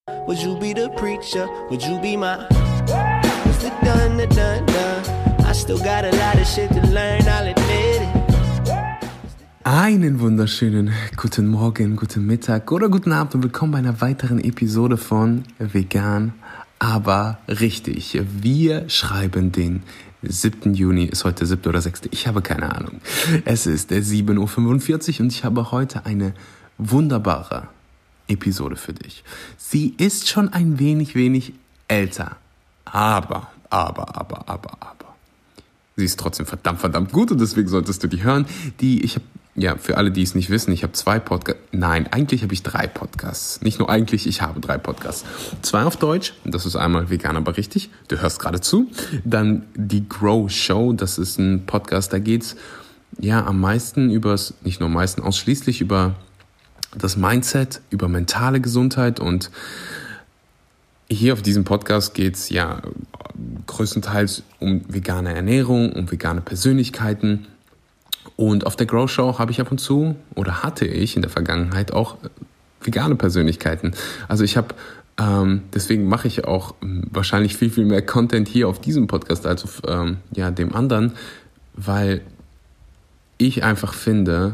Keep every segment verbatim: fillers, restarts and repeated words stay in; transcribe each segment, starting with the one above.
Would you be the preacher? Would you be my Mister Dun, dun, dun, dun. I still got a lot of shit to learn, I'll admit it. Einen wunderschönen guten Morgen, guten Mittag oder guten Abend und willkommen bei einer weiteren Episode von Vegan, aber richtig. Wir schreiben den siebten Juni, ist heute siebte oder sechste, ich habe keine Ahnung. Es ist sieben Uhr fünfundvierzig und ich habe heute eine wunderbare Episode für dich. Sie ist schon ein wenig, wenig älter, aber, aber, aber, aber, aber, sie ist trotzdem verdammt, verdammt gut und deswegen solltest du die hören. Die, ich habe, ja, für alle, die es nicht wissen, ich habe zwei Podcasts, nein, eigentlich habe ich drei Podcasts. Nicht nur eigentlich, ich habe drei Podcasts. Zwei auf Deutsch, das ist einmal Vegan, aber richtig, du hörst gerade zu. Dann die Grow Show, das ist ein Podcast, da geht's ja am meisten übers, nicht nur am meisten, ausschließlich über das Mindset, über mentale Gesundheit und hier auf diesem Podcast geht es ja größtenteils um vegane Ernährung, um vegane Persönlichkeiten und auf der Grow Show habe ich ab und zu oder hatte ich in der Vergangenheit auch vegane Persönlichkeiten. Also ich habe, ähm, deswegen mache ich auch wahrscheinlich viel, viel mehr Content hier auf diesem Podcast als auf ähm, ja, dem anderen, weil ich einfach finde,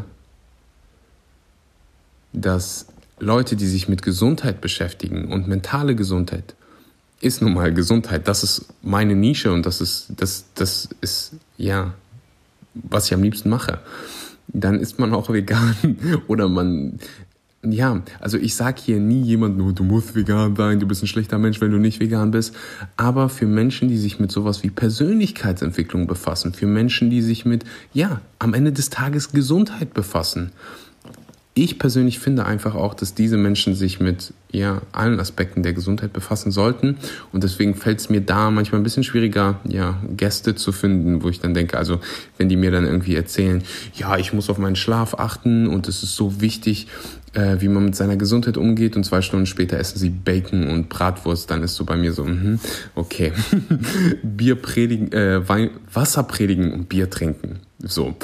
dass Leute, die sich mit Gesundheit beschäftigen und mentale Gesundheit ist nun mal Gesundheit, das ist meine Nische und das ist, das, das ist, ja, was ich am liebsten mache. Dann ist man auch vegan oder man, ja, also ich sage hier nie jemand nur, du musst vegan sein, du bist ein schlechter Mensch, wenn du nicht vegan bist, aber für Menschen, die sich mit sowas wie Persönlichkeitsentwicklung befassen, für Menschen, die sich mit, ja, am Ende des Tages Gesundheit befassen. Ich persönlich finde einfach auch, dass diese Menschen sich mit ja, allen Aspekten der Gesundheit befassen sollten und deswegen fällt es mir da manchmal ein bisschen schwieriger, ja, Gäste zu finden, wo ich dann denke, also wenn die mir dann irgendwie erzählen, ja, ich muss auf meinen Schlaf achten und es ist so wichtig, äh, wie man mit seiner Gesundheit umgeht und zwei Stunden später essen sie Bacon und Bratwurst, dann ist so bei mir so, mh, okay, Bier predigen, äh, Wein, Wasser predigen und Bier trinken, so,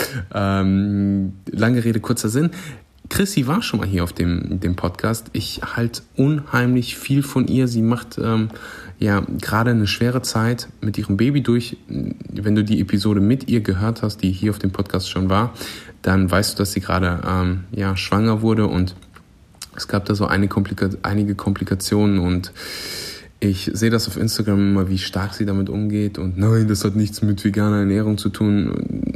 ähm, lange Rede, kurzer Sinn. Chrissy war schon mal hier auf dem, dem Podcast. Ich halte unheimlich viel von ihr. Sie macht ähm, ja gerade eine schwere Zeit mit ihrem Baby durch. Wenn du die Episode mit ihr gehört hast, die hier auf dem Podcast schon war, dann weißt du, dass sie gerade ähm, ja, schwanger wurde und es gab da so eine Komplika- einige Komplikationen und ich sehe das auf Instagram immer, wie stark sie damit umgeht und nein, das hat nichts mit veganer Ernährung zu tun.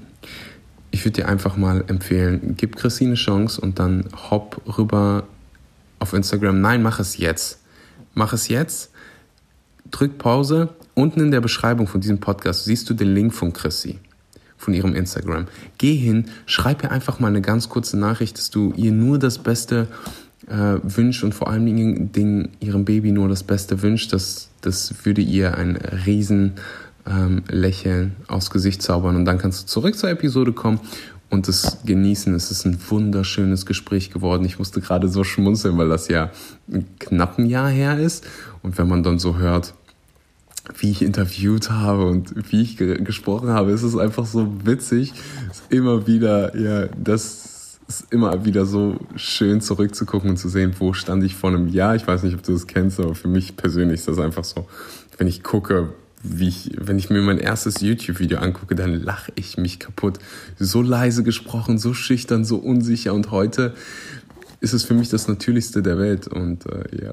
Ich würde dir einfach mal empfehlen, gib Chrissy eine Chance und dann hopp rüber auf Instagram. Nein, mach es jetzt. Mach es jetzt. Drück Pause. Unten in der Beschreibung von diesem Podcast siehst du den Link von Chrissy, von ihrem Instagram. Geh hin, schreib ihr einfach mal eine ganz kurze Nachricht, dass du ihr nur das Beste äh, wünschst und vor allen Dingen ihrem Baby nur das Beste wünschst. Das, das würde ihr ein riesen Ähm, Lächeln aufs Gesicht zaubern und dann kannst du zurück zur Episode kommen und es genießen. Es ist ein wunderschönes Gespräch geworden. Ich musste gerade so schmunzeln, weil das ja ein knappen Jahr her ist und wenn man dann so hört, wie ich interviewt habe und wie ich ge- gesprochen habe, ist es einfach so witzig. Es ist immer wieder, ja, das ist immer wieder so schön zurückzugucken und zu sehen, wo stand ich vor einem Jahr. Ich weiß nicht, ob du das kennst, aber für mich persönlich ist das einfach so, wenn ich gucke, wie ich, wenn ich mir mein erstes YouTube-Video angucke, dann lache ich mich kaputt. So leise gesprochen, so schüchtern, so unsicher und heute ist es für mich das Natürlichste der Welt und äh, ja,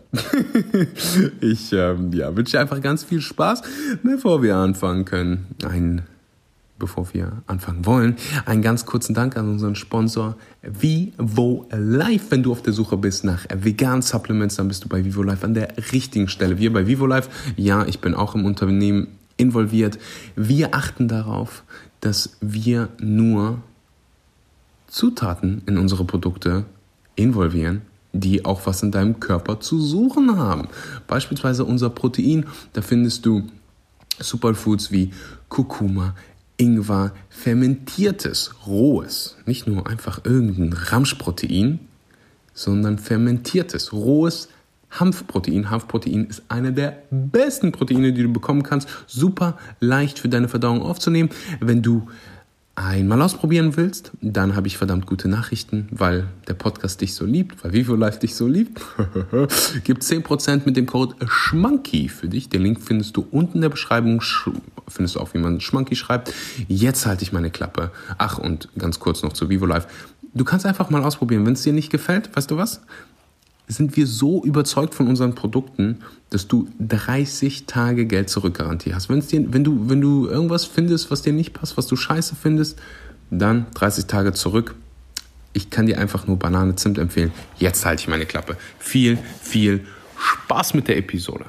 ich ähm, ja, wünsche dir einfach ganz viel Spaß, bevor wir anfangen können. Ein Bevor wir anfangen wollen, einen ganz kurzen Dank an unseren Sponsor VivoLife. Wenn du auf der Suche bist nach veganen Supplements, dann bist du bei VivoLife an der richtigen Stelle. Wir bei VivoLife, ja, ich bin auch im Unternehmen involviert. Wir achten darauf, dass wir nur Zutaten in unsere Produkte involvieren, die auch was in deinem Körper zu suchen haben. Beispielsweise unser Protein, da findest du Superfoods wie Kurkuma, Ingwer, fermentiertes, rohes, nicht nur einfach irgendein Ramschprotein, sondern fermentiertes, rohes Hanfprotein. Hanfprotein ist eine der besten Proteine, die du bekommen kannst. Super leicht für deine Verdauung aufzunehmen. Wenn du einmal ausprobieren willst, dann habe ich verdammt gute Nachrichten, weil der Podcast dich so liebt, weil Vivo Life dich so liebt. Gibt zehn Prozent mit dem Code SCHMANKY für dich. Den Link findest du unten in der Beschreibung. Findest du auch, wie man SCHMANKY schreibt. Jetzt halte ich meine Klappe. Ach, und ganz kurz noch zu Vivo Life. Du kannst einfach mal ausprobieren. Wenn es dir nicht gefällt, weißt du was? Sind wir so überzeugt von unseren Produkten, dass du dreißig Tage Geld zurück-Garantie hast. Wenn's dir, wenn du, wenn du irgendwas findest, was dir nicht passt, was du scheiße findest, dann dreißig Tage zurück. Ich kann dir einfach nur Banane Zimt empfehlen. Jetzt halte ich meine Klappe. Viel, viel Spaß mit der Episode.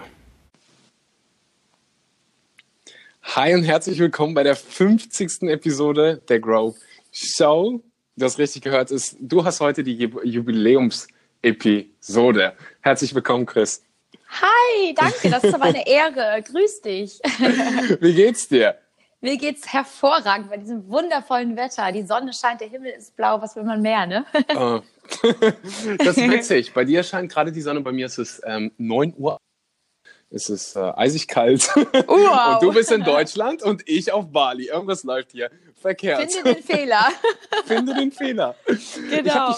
Hi und herzlich willkommen bei der fünfzigsten Episode der Grow Show. Du hast richtig gehört, ist, du hast heute die Jubiläums-Episode. Herzlich willkommen, Chris. Hi, danke, das ist aber eine Ehre. Grüß dich. Wie geht's dir? Mir geht's hervorragend bei diesem wundervollen Wetter. Die Sonne scheint, der Himmel ist blau, was will man mehr, ne? Oh. Das ist witzig. Bei dir scheint gerade die Sonne, bei mir ist es ähm, neun Uhr. Es ist äh, eisig kalt. Wow. Und du bist in Deutschland und ich auf Bali. Irgendwas läuft hier verkehrt. Finde den Fehler. Finde den Fehler. Genau.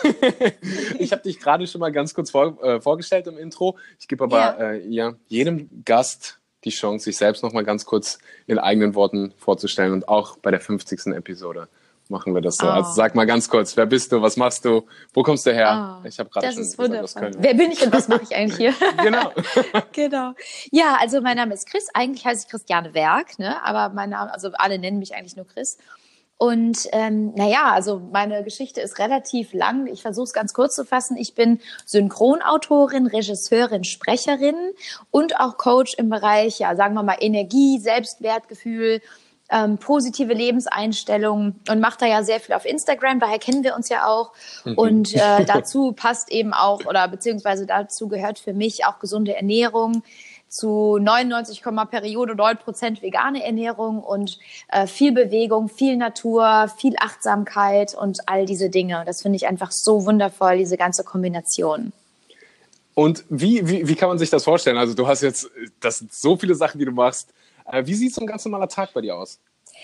Ich habe dich, dich gerade schon mal ganz kurz vor, äh, vorgestellt im Intro. Ich gebe aber Ja. Äh, ja, jedem Gast die Chance, sich selbst noch mal ganz kurz in eigenen Worten vorzustellen. Und auch bei der fünfzigsten Episode machen wir das so. Oh. Also sag mal ganz kurz, wer bist du, was machst du, wo kommst du her? Oh, Ich habe gerade das schon ist gesagt, aus wundervoll. Köln. Wer bin ich und was mache ich eigentlich hier? Genau. Genau. Ja, also mein Name ist Chris. Eigentlich heiße ich Christiane Werk, ne? Aber mein Name, also alle nennen mich eigentlich nur Chris. Und ähm, naja, also meine Geschichte ist relativ lang. Ich versuche es ganz kurz zu fassen. Ich bin Synchronautorin, Regisseurin, Sprecherin und auch Coach im Bereich, ja, sagen wir mal Energie, Selbstwertgefühl, ähm, positive Lebenseinstellung und mache da ja sehr viel auf Instagram. Daher kennen wir uns ja auch. Und äh, dazu passt eben auch oder beziehungsweise dazu gehört für mich auch gesunde Ernährung. Zu neunundneunzig Periode neun Prozent vegane Ernährung und äh, viel Bewegung, viel Natur, viel Achtsamkeit und all diese Dinge. Das finde ich einfach so wundervoll, diese ganze Kombination. Und wie, wie, wie kann man sich das vorstellen? Also du hast jetzt, das sind so viele Sachen, die du machst. Äh, wie sieht so ein ganz normaler Tag bei dir aus?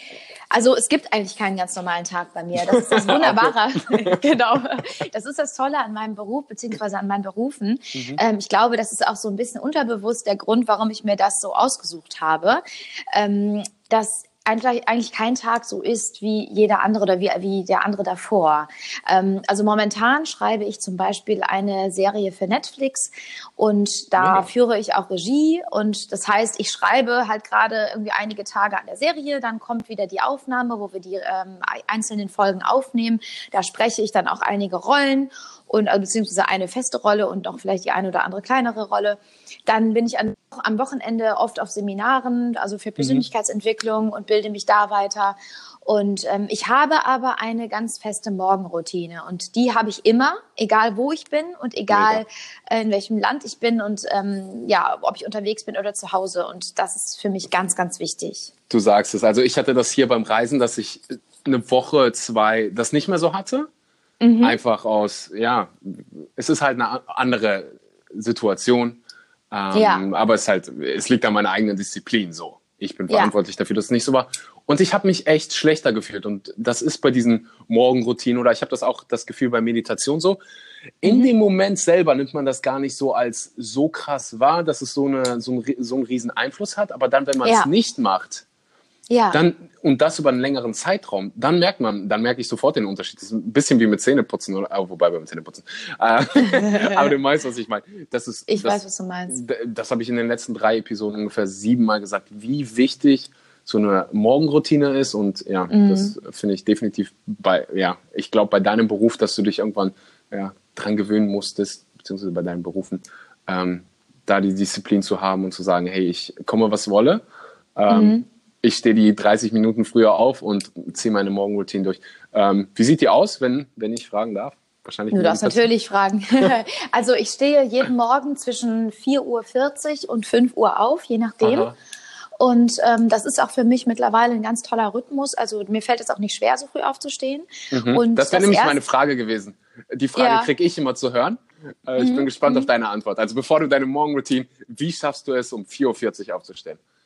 Also es gibt eigentlich keinen ganz normalen Tag bei mir. Das ist das Wunderbare. Genau. Das ist das Tolle an meinem Beruf, beziehungsweise an meinen Berufen. Mhm. Ähm, ich glaube, das ist auch so ein bisschen unterbewusst der Grund, warum ich mir das so ausgesucht habe. Ähm, dass eigentlich, eigentlich kein Tag so ist wie jeder andere oder wie, wie der andere davor. Ähm, also momentan schreibe ich zum Beispiel eine Serie für Netflix und da okay. führe ich auch Regie und das heißt, ich schreibe halt gerade irgendwie einige Tage an der Serie, dann kommt wieder die Aufnahme, wo wir die ähm, einzelnen Folgen aufnehmen. Da spreche ich dann auch einige Rollen und also, beziehungsweise eine feste Rolle und auch vielleicht die eine oder andere kleinere Rolle. Dann bin ich an, am Wochenende oft auf Seminaren, also für Persönlichkeitsentwicklung und bilde mich da weiter. Und ähm, ich habe aber eine ganz feste Morgenroutine und die habe ich immer, egal wo ich bin und egal äh, in welchem Land ich bin und ähm, ja, ob ich unterwegs bin oder zu Hause. Und das ist für mich ganz, ganz wichtig. Du sagst es. Also ich hatte das hier beim Reisen, dass ich eine Woche, zwei das nicht mehr so hatte. Mhm. Einfach aus, ja, es ist halt eine andere Situation, ähm, ja. aber es, ist halt, es liegt an meiner eigenen Disziplin so. Ich bin verantwortlich ja. dafür, dass es nicht so war. Und ich habe mich echt schlechter gefühlt. Und das ist bei diesen Morgenroutinen oder ich habe das auch das Gefühl bei Meditation so. In mhm. dem Moment selber nimmt man das gar nicht so als so krass wahr, dass es so, eine, so, ein, so einen riesen Einfluss hat. Aber dann, wenn man es ja. nicht macht, ja. dann, und das über einen längeren Zeitraum, dann merkt man, dann merke ich sofort den Unterschied. Das ist ein bisschen wie mit Zähneputzen, oder, oh, wobei beim Zähneputzen. Äh, aber du weißt, was ich meine. Das ist, ich das, weiß, was du meinst. Das, das habe ich in den letzten drei Episoden ungefähr siebenmal gesagt, wie wichtig so eine Morgenroutine ist. Und ja, mhm. das finde ich definitiv bei, ja, ich glaube bei deinem Beruf, dass du dich irgendwann ja, dran gewöhnen musstest, beziehungsweise bei deinen Berufen, ähm, da die Disziplin zu haben und zu sagen, hey, ich komme, was wolle. Ähm, mhm. Ich stehe die dreißig Minuten früher auf und ziehe meine Morgenroutine durch. Ähm, wie sieht die aus, wenn, wenn ich fragen darf? Wahrscheinlich du darfst natürlich fragen. Also ich stehe jeden Morgen zwischen vier Uhr vierzig und fünf Uhr auf, je nachdem. Aha. Und ähm, das ist auch für mich mittlerweile ein ganz toller Rhythmus. Also mir fällt es auch nicht schwer, so früh aufzustehen. Mhm. Und das wäre nämlich erst... meine Frage gewesen. Die Frage ja. kriege ich immer zu hören. Äh, ich mhm. bin gespannt mhm. auf deine Antwort. Also bevor du deine Morgenroutine, wie schaffst du es, um vier Uhr vierzig aufzustehen?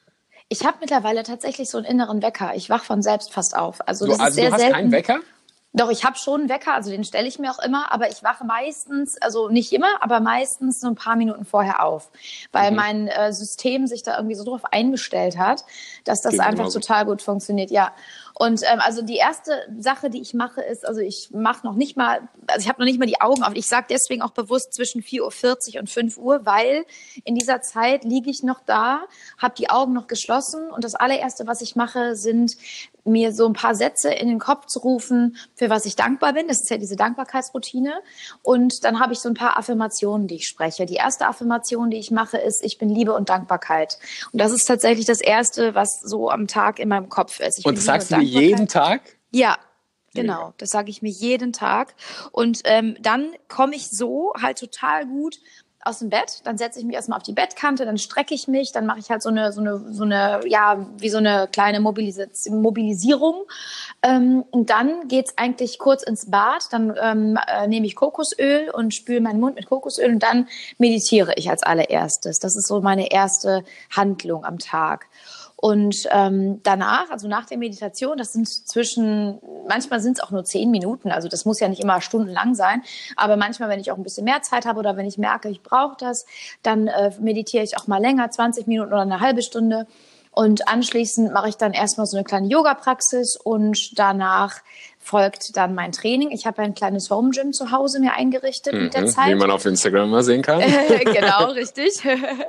Ich habe mittlerweile tatsächlich so einen inneren Wecker. Ich wach von selbst fast auf. Also, Du, das also ist sehr du hast selten. keinen Wecker? Doch, ich habe schon einen Wecker, also den stelle ich mir auch immer, aber ich wache meistens, also nicht immer, aber meistens so ein paar Minuten vorher auf, weil Mhm. mein äh, System sich da irgendwie so drauf eingestellt hat, dass das Geht einfach genauso. total gut funktioniert, ja. Und ähm, also die erste Sache, die ich mache, ist, also ich mache noch nicht mal, also ich habe noch nicht mal die Augen auf. Ich sage deswegen auch bewusst zwischen vier Uhr vierzig und fünf Uhr, weil in dieser Zeit liege ich noch da, habe die Augen noch geschlossen und das allererste, was ich mache, sind mir so ein paar Sätze in den Kopf zu rufen, für was ich dankbar bin. Das ist ja diese Dankbarkeitsroutine. Und dann habe ich so ein paar Affirmationen, die ich spreche. Die erste Affirmation, die ich mache, ist, ich bin Liebe und Dankbarkeit. Und das ist tatsächlich das Erste, was so am Tag in meinem Kopf ist. Ich Und bin das Liebe sagst du dir jeden Tag? Ja, Mega. genau. Das sage ich mir jeden Tag. Und ähm, dann komme ich so halt total gut aus dem Bett, dann setze ich mich erstmal auf die Bettkante, dann strecke ich mich, dann mache ich halt so eine, so eine, so eine, ja, wie so eine kleine Mobilis- Mobilisierung. Ähm, und dann geht's eigentlich kurz ins Bad, dann ähm, äh, nehme ich Kokosöl und spüle meinen Mund mit Kokosöl und dann meditiere ich als allererstes. Das ist so meine erste Handlung am Tag. Und ähm, danach, also nach der Meditation, das sind zwischen, manchmal sind es auch nur zehn Minuten, also das muss ja nicht immer stundenlang sein, aber manchmal, wenn ich auch ein bisschen mehr Zeit habe oder wenn ich merke, ich brauche das, dann äh, meditiere ich auch mal länger, zwanzig Minuten oder eine halbe Stunde. Und anschließend mache ich dann erstmal so eine kleine Yoga-Praxis und danach folgt dann mein Training. Ich habe ein kleines Home-Gym zu Hause mir eingerichtet mit der Mhm, Zeit. wie man auf Instagram mal sehen kann. Genau, richtig.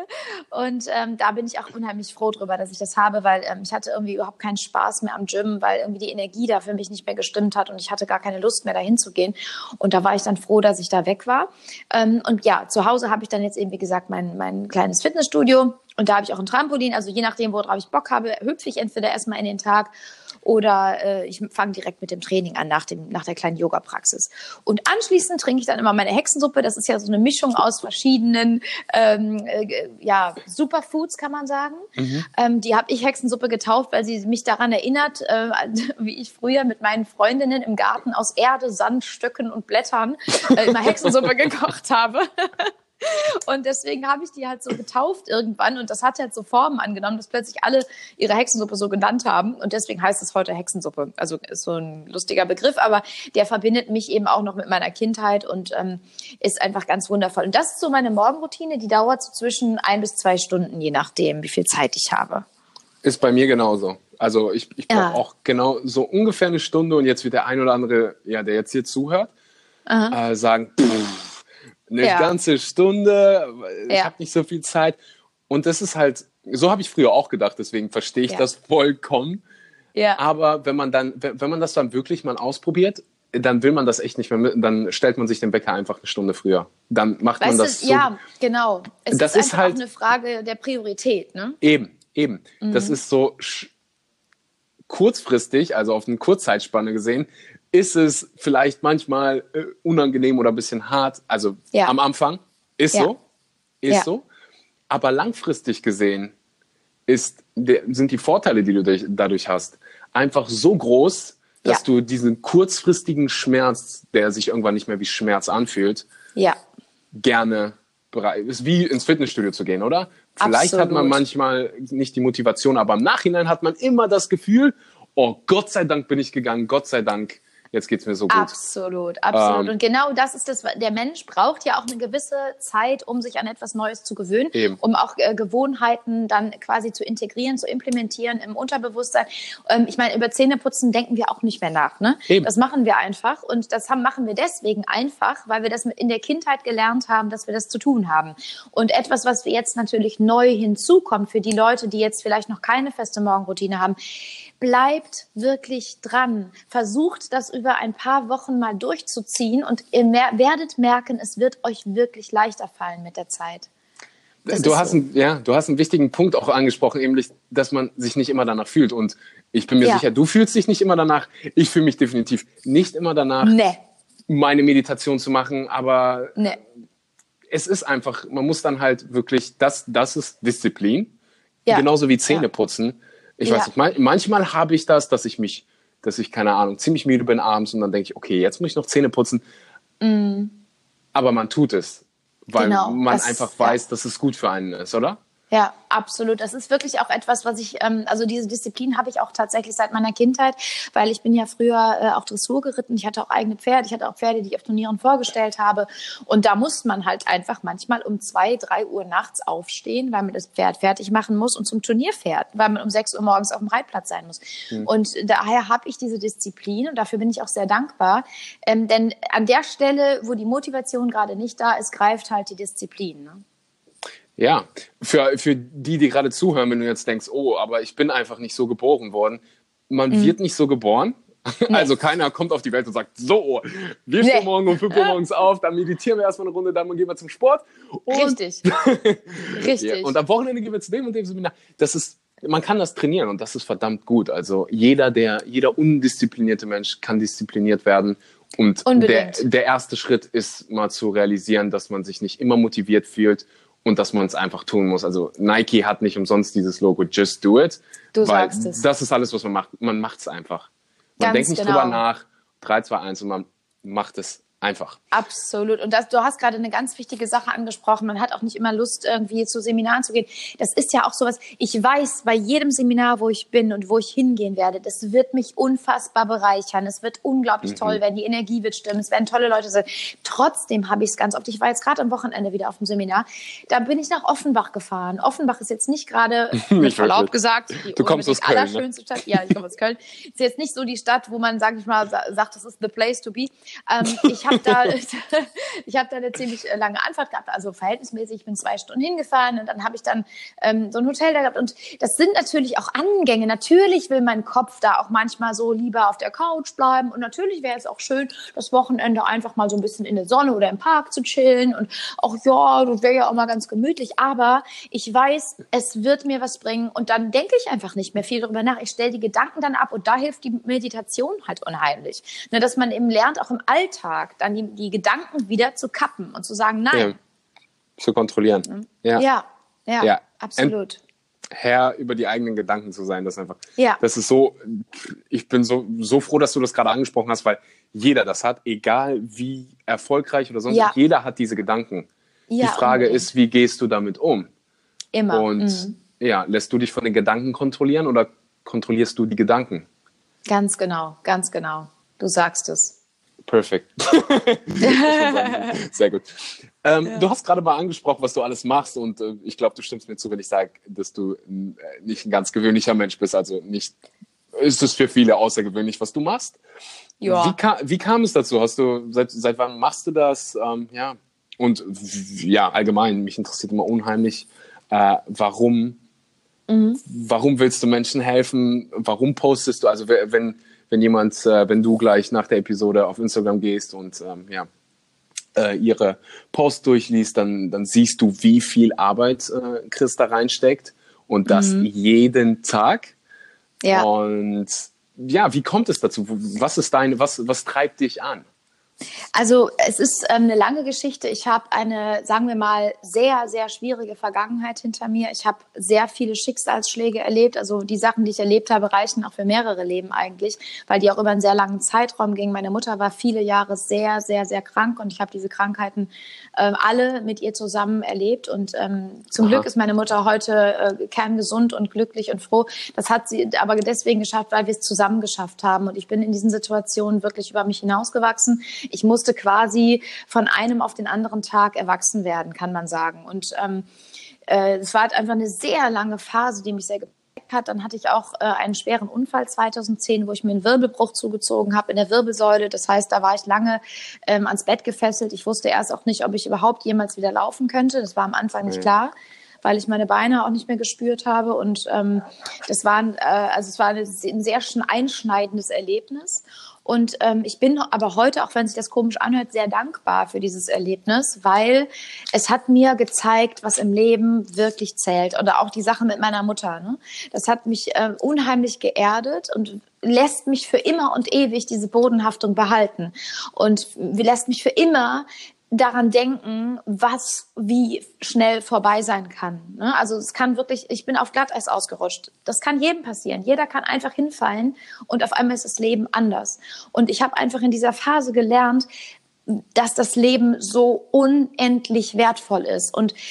Und ähm, da bin ich auch unheimlich froh drüber, dass ich das habe, weil ähm, ich hatte irgendwie überhaupt keinen Spaß mehr am Gym, weil irgendwie die Energie da für mich nicht mehr gestimmt hat und ich hatte gar keine Lust mehr, dahin zu gehen. Und da war ich dann froh, dass ich da weg war. Ähm, und ja, zu Hause habe ich dann jetzt eben, wie gesagt, mein, mein kleines Fitnessstudio. Und da habe ich auch ein Trampolin. Also je nachdem, worauf ich Bock habe, hüpfe ich entweder erstmal in den Tag oder äh, ich fange direkt mit dem Training an, nach, dem, nach der kleinen Yoga-Praxis. Und anschließend trinke ich dann immer meine Hexensuppe. Das ist ja so eine Mischung aus verschiedenen ähm, äh, ja, Superfoods, kann man sagen. Mhm. Ähm, die habe ich Hexensuppe getauft, weil sie mich daran erinnert, äh, wie ich früher mit meinen Freundinnen im Garten aus Erde, Sand, Stöcken und Blättern äh, immer Hexensuppe gekocht habe. Und deswegen habe ich die halt so getauft irgendwann und das hat halt so Formen angenommen, dass plötzlich alle ihre Hexensuppe so genannt haben und deswegen heißt es heute Hexensuppe. Also ist so ein lustiger Begriff, aber der verbindet mich eben auch noch mit meiner Kindheit und ähm, ist einfach ganz wundervoll. Und das ist so meine Morgenroutine, die dauert so zwischen ein bis zwei Stunden, je nachdem, wie viel Zeit ich habe. Ist bei mir genauso. Also ich, ich brauche Ja. auch genau so ungefähr eine Stunde und jetzt wird der ein oder andere, ja, der jetzt hier zuhört, äh, sagen, pff, eine Ja. ganze Stunde, ich Ja. habe nicht so viel Zeit. Und das ist halt, so habe ich früher auch gedacht, deswegen verstehe ich Ja. das vollkommen. Ja. Aber wenn man dann, wenn wenn man das dann wirklich mal ausprobiert, dann will man das echt nicht mehr mit, dann stellt man sich den Wecker einfach eine Stunde früher. Dann macht man Weißt das du, so. ja, genau. Es Das ist ist einfach halt- auch eine Frage der Priorität, ne? Eben, eben. Das ist so sch- kurzfristig, also auf eine Kurzzeitspanne gesehen, ist es vielleicht manchmal äh, unangenehm oder ein bisschen hart. Also Ja. am Anfang ist Ja. so, ist Ja. so. Aber langfristig gesehen ist, der, sind die Vorteile, die du durch, dadurch hast, einfach so groß, dass Ja. du diesen kurzfristigen Schmerz, der sich irgendwann nicht mehr wie Schmerz anfühlt, Ja. gerne bereit ist, wie ins Fitnessstudio zu gehen, oder? Vielleicht hat man Absolut. manchmal nicht die Motivation, aber im Nachhinein hat man immer das Gefühl, oh, Gott sei Dank bin ich gegangen, Gott sei Dank, jetzt geht's mir so gut. Absolut, absolut. Ähm, und genau das ist das, der Mensch braucht ja auch eine gewisse Zeit, um sich an etwas Neues zu gewöhnen, Eben. um auch äh, Gewohnheiten dann quasi zu integrieren, zu implementieren im Unterbewusstsein. Ähm, ich meine, über Zähneputzen denken wir auch nicht mehr nach. Ne? Eben. Das machen wir einfach und das haben, machen wir deswegen einfach, weil wir das in der Kindheit gelernt haben, dass wir das zu tun haben. Und etwas, was wir jetzt natürlich neu hinzukommt für die Leute, die jetzt vielleicht noch keine feste Morgenroutine haben, bleibt wirklich dran. Versucht das über ein paar Wochen mal durchzuziehen und ihr mer- werdet merken, es wird euch wirklich leichter fallen mit der Zeit. Das Du ist hast, so. einen, ja, du hast einen wichtigen Punkt auch angesprochen, nämlich, dass man sich nicht immer danach fühlt. Und ich bin mir Ja. sicher, du fühlst dich nicht immer danach. Ich fühle mich definitiv nicht immer danach, Nee, meine Meditation zu machen. Aber nee. es ist einfach, man muss dann halt wirklich, das, das ist Disziplin. Ja. Genauso wie Zähne putzen. Ich Ja. weiß nicht, man, manchmal habe ich das, dass ich mich, dass ich, keine Ahnung, ziemlich müde bin abends und dann denke ich, okay, jetzt muss ich noch Zähne putzen. Aber man tut es, weil Genau, man das- einfach ja. weiß, dass es gut für einen ist, oder? Ja, absolut. Das ist wirklich auch etwas, was ich, ähm, also diese Disziplin habe ich auch tatsächlich seit meiner Kindheit, weil ich bin ja früher äh, auch Dressur geritten. Ich hatte auch eigene Pferde. Ich hatte auch Pferde, die ich auf Turnieren vorgestellt habe. Und da muss man halt einfach manchmal um zwei, drei Uhr nachts aufstehen, weil man das Pferd fertig machen muss und zum Turnier fährt, weil man um sechs Uhr morgens auf dem Reitplatz sein muss. Mhm. Und daher habe ich diese Disziplin und dafür bin ich auch sehr dankbar. Ähm, denn an der Stelle, wo die Motivation gerade nicht da ist, greift halt die Disziplin, ne? Ja, für, für die, die gerade zuhören, wenn du jetzt denkst, oh, aber ich bin einfach nicht so geboren worden. Man mhm. wird nicht so geboren. Nee. Also keiner kommt auf die Welt und sagt, so, wir stehen nee. morgen um fünf Uhr morgens auf, dann meditieren wir erstmal eine Runde, dann gehen wir zum Sport. Und Richtig. Richtig. Ja, und am Wochenende gehen wir zu dem und dem Seminar. Das ist, man kann das trainieren und das ist verdammt gut. Also jeder, der, jeder undisziplinierte Mensch kann diszipliniert werden. Und der, der erste Schritt ist mal zu realisieren, dass man sich nicht immer motiviert fühlt. Und dass man es einfach tun muss. Also Nike hat nicht umsonst dieses Logo Just Do It. Du weil sagst es. Das ist alles, was man macht. Man macht es einfach. Man Ganz denkt nicht genau. drüber nach. drei, zwei, eins und man macht es einfach. Absolut. Und das, du hast gerade eine ganz wichtige Sache angesprochen. Man hat auch nicht immer Lust, irgendwie zu Seminaren zu gehen. Das ist ja auch sowas. Ich weiß, bei jedem Seminar, wo ich bin und wo ich hingehen werde, das wird mich unfassbar bereichern. Es wird unglaublich mhm. toll werden. Die Energie wird stimmen. Es werden tolle Leute sein. Trotzdem habe ich es ganz oft. Ich war jetzt gerade am Wochenende wieder auf dem Seminar. Da bin ich nach Offenbach gefahren. Offenbach ist jetzt nicht gerade, mit Verlaub gesagt, die du kommst aus Köln, allerschönste ne? Stadt. Ja, ich komme aus Köln. Ist jetzt nicht so die Stadt, wo man, sag ich mal, sagt, das ist the place to be. Ähm, ich habe da, ich habe da eine ziemlich lange Anfahrt gehabt, also verhältnismäßig. Ich bin zwei Stunden hingefahren und dann habe ich dann ähm, so ein Hotel da gehabt. Und das sind natürlich auch Angänge. Natürlich will mein Kopf da auch manchmal so lieber auf der Couch bleiben. Und natürlich wäre es auch schön, das Wochenende einfach mal so ein bisschen in der Sonne oder im Park zu chillen. Und auch, ja, das wäre ja auch mal ganz gemütlich. Aber ich weiß, es wird mir was bringen. Und dann denke ich einfach nicht mehr viel darüber nach. Ich stelle die Gedanken dann ab. Und da hilft die Meditation halt unheimlich. Ne, dass man eben lernt, auch im Alltag dann die, die Gedanken wieder zu kappen und zu sagen, nein. Ja. Zu kontrollieren. Ja, ja, ja, ja. Absolut. Ent- Herr über die eigenen Gedanken zu sein, das ist einfach, ja. das ist so, ich bin so, so froh, dass du das gerade angesprochen hast, weil jeder das hat, egal wie erfolgreich oder sonst, ja. jeder hat diese Gedanken. Ja, die Frage unbedingt. ist, wie gehst du damit um? Immer. Und mhm. ja, lässt du dich von den Gedanken kontrollieren oder kontrollierst du die Gedanken? Ganz genau, ganz genau. Du sagst es. Perfekt. Sehr gut. Ähm, ja. Du hast gerade mal angesprochen, was du alles machst und äh, ich glaube, du stimmst mir zu, wenn ich sage, dass du äh, nicht ein ganz gewöhnlicher Mensch bist. Also nicht, ist es für viele außergewöhnlich, was du machst. Ja. Wie, ka- wie kam es dazu? Hast du, seit, seit wann machst du das? Ähm, ja. Und w- ja, allgemein, mich interessiert immer unheimlich, äh, warum, mhm. warum willst du Menschen helfen? Warum postest du? Also wenn wenn jemand, äh, wenn du gleich nach der Episode auf Instagram gehst und ähm, ja, äh, ihre Post durchliest, dann, dann siehst du, wie viel Arbeit äh, Chris da reinsteckt und das mhm. jeden Tag. Ja. Und ja, wie kommt es dazu? Was ist deine, was, was treibt dich an? Also es ist ähm, eine lange Geschichte. Ich habe eine, sagen wir mal, sehr, sehr schwierige Vergangenheit hinter mir. Ich habe sehr viele Schicksalsschläge erlebt. Also die Sachen, die ich erlebt habe, reichen auch für mehrere Leben eigentlich, weil die auch über einen sehr langen Zeitraum gingen. Meine Mutter war viele Jahre sehr, sehr, sehr krank und ich habe diese Krankheiten ähm, alle mit ihr zusammen erlebt. Und ähm, zum Aha. Glück ist meine Mutter heute äh, kerngesund und glücklich und froh. Das hat sie aber deswegen geschafft, weil wir es zusammen geschafft haben. Und ich bin in diesen Situationen wirklich über mich hinausgewachsen. Ich musste quasi von einem auf den anderen Tag erwachsen werden, kann man sagen. Und ähm, äh, es war halt einfach eine sehr lange Phase, die mich sehr geprägt hat. Dann hatte ich auch äh, einen schweren Unfall zweitausendzehn, wo ich mir einen Wirbelbruch zugezogen habe in der Wirbelsäule. Das heißt, da war ich lange ähm, ans Bett gefesselt. Ich wusste erst auch nicht, ob ich überhaupt jemals wieder laufen könnte. Das war am Anfang nicht klar, weil ich meine Beine auch nicht mehr gespürt habe. Und ähm, das war, äh, also es war eine, ein sehr einschneidendes Erlebnis. Und ähm, ich bin aber heute, auch wenn sich das komisch anhört, sehr dankbar für dieses Erlebnis, weil es hat mir gezeigt, was im Leben wirklich zählt. Oder auch die Sache mit meiner Mutter. Ne? Das hat mich äh, unheimlich geerdet und lässt mich für immer und ewig diese Bodenhaftung behalten. Und lässt mich für immer daran denken, was wie schnell vorbei sein kann. Also es kann wirklich, ich bin auf Glatteis ausgerutscht. Das kann jedem passieren. Jeder kann einfach hinfallen und auf einmal ist das Leben anders. Und ich habe einfach in dieser Phase gelernt, dass das Leben so unendlich wertvoll ist. Und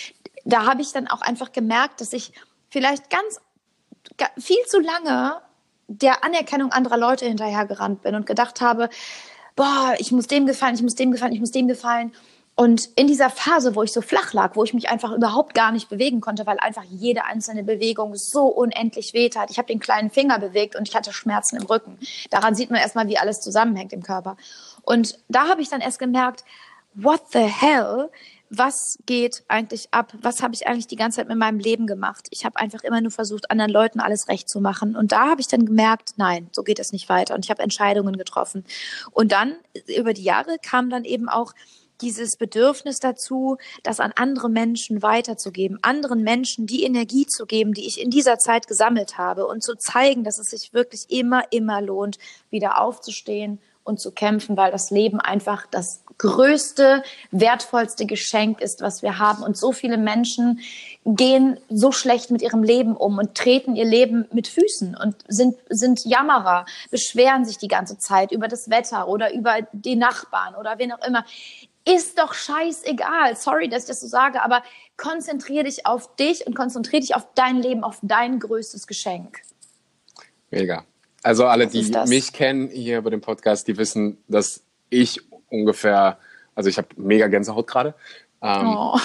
da habe ich dann auch einfach gemerkt, dass ich vielleicht ganz viel zu lange der Anerkennung anderer Leute hinterhergerannt bin und gedacht habe, boah, ich muss dem gefallen, ich muss dem gefallen, ich muss dem gefallen. Und in dieser Phase, wo ich so flach lag, wo ich mich einfach überhaupt gar nicht bewegen konnte, weil einfach jede einzelne Bewegung so unendlich wehtat. Ich habe den kleinen Finger bewegt und ich hatte Schmerzen im Rücken. Daran sieht man erstmal, wie alles zusammenhängt im Körper. Und da habe ich dann erst gemerkt, what the hell? Was geht eigentlich ab? Was habe ich eigentlich die ganze Zeit mit meinem Leben gemacht? Ich habe einfach immer nur versucht, anderen Leuten alles recht zu machen. Und da habe ich dann gemerkt, nein, so geht es nicht weiter. Und ich habe Entscheidungen getroffen. Und dann, über die Jahre, kam dann eben auch dieses Bedürfnis dazu, das an andere Menschen weiterzugeben, anderen Menschen die Energie zu geben, die ich in dieser Zeit gesammelt habe und zu zeigen, dass es sich wirklich immer, immer lohnt, wieder aufzustehen und zu kämpfen, weil das Leben einfach das größte, wertvollste Geschenk ist, was wir haben. Und so viele Menschen gehen so schlecht mit ihrem Leben um und treten ihr Leben mit Füßen und sind, sind Jammerer, beschweren sich die ganze Zeit über das Wetter oder über die Nachbarn oder wen auch immer. Ist doch scheißegal. Sorry, dass ich das so sage, aber konzentriere dich auf dich und konzentriere dich auf dein Leben, auf dein größtes Geschenk. Mega. Also alle, Was die ist das? mich kennen hier bei dem Podcast, die wissen, dass ich ungefähr, also ich habe mega Gänsehaut gerade. Ähm, Oh.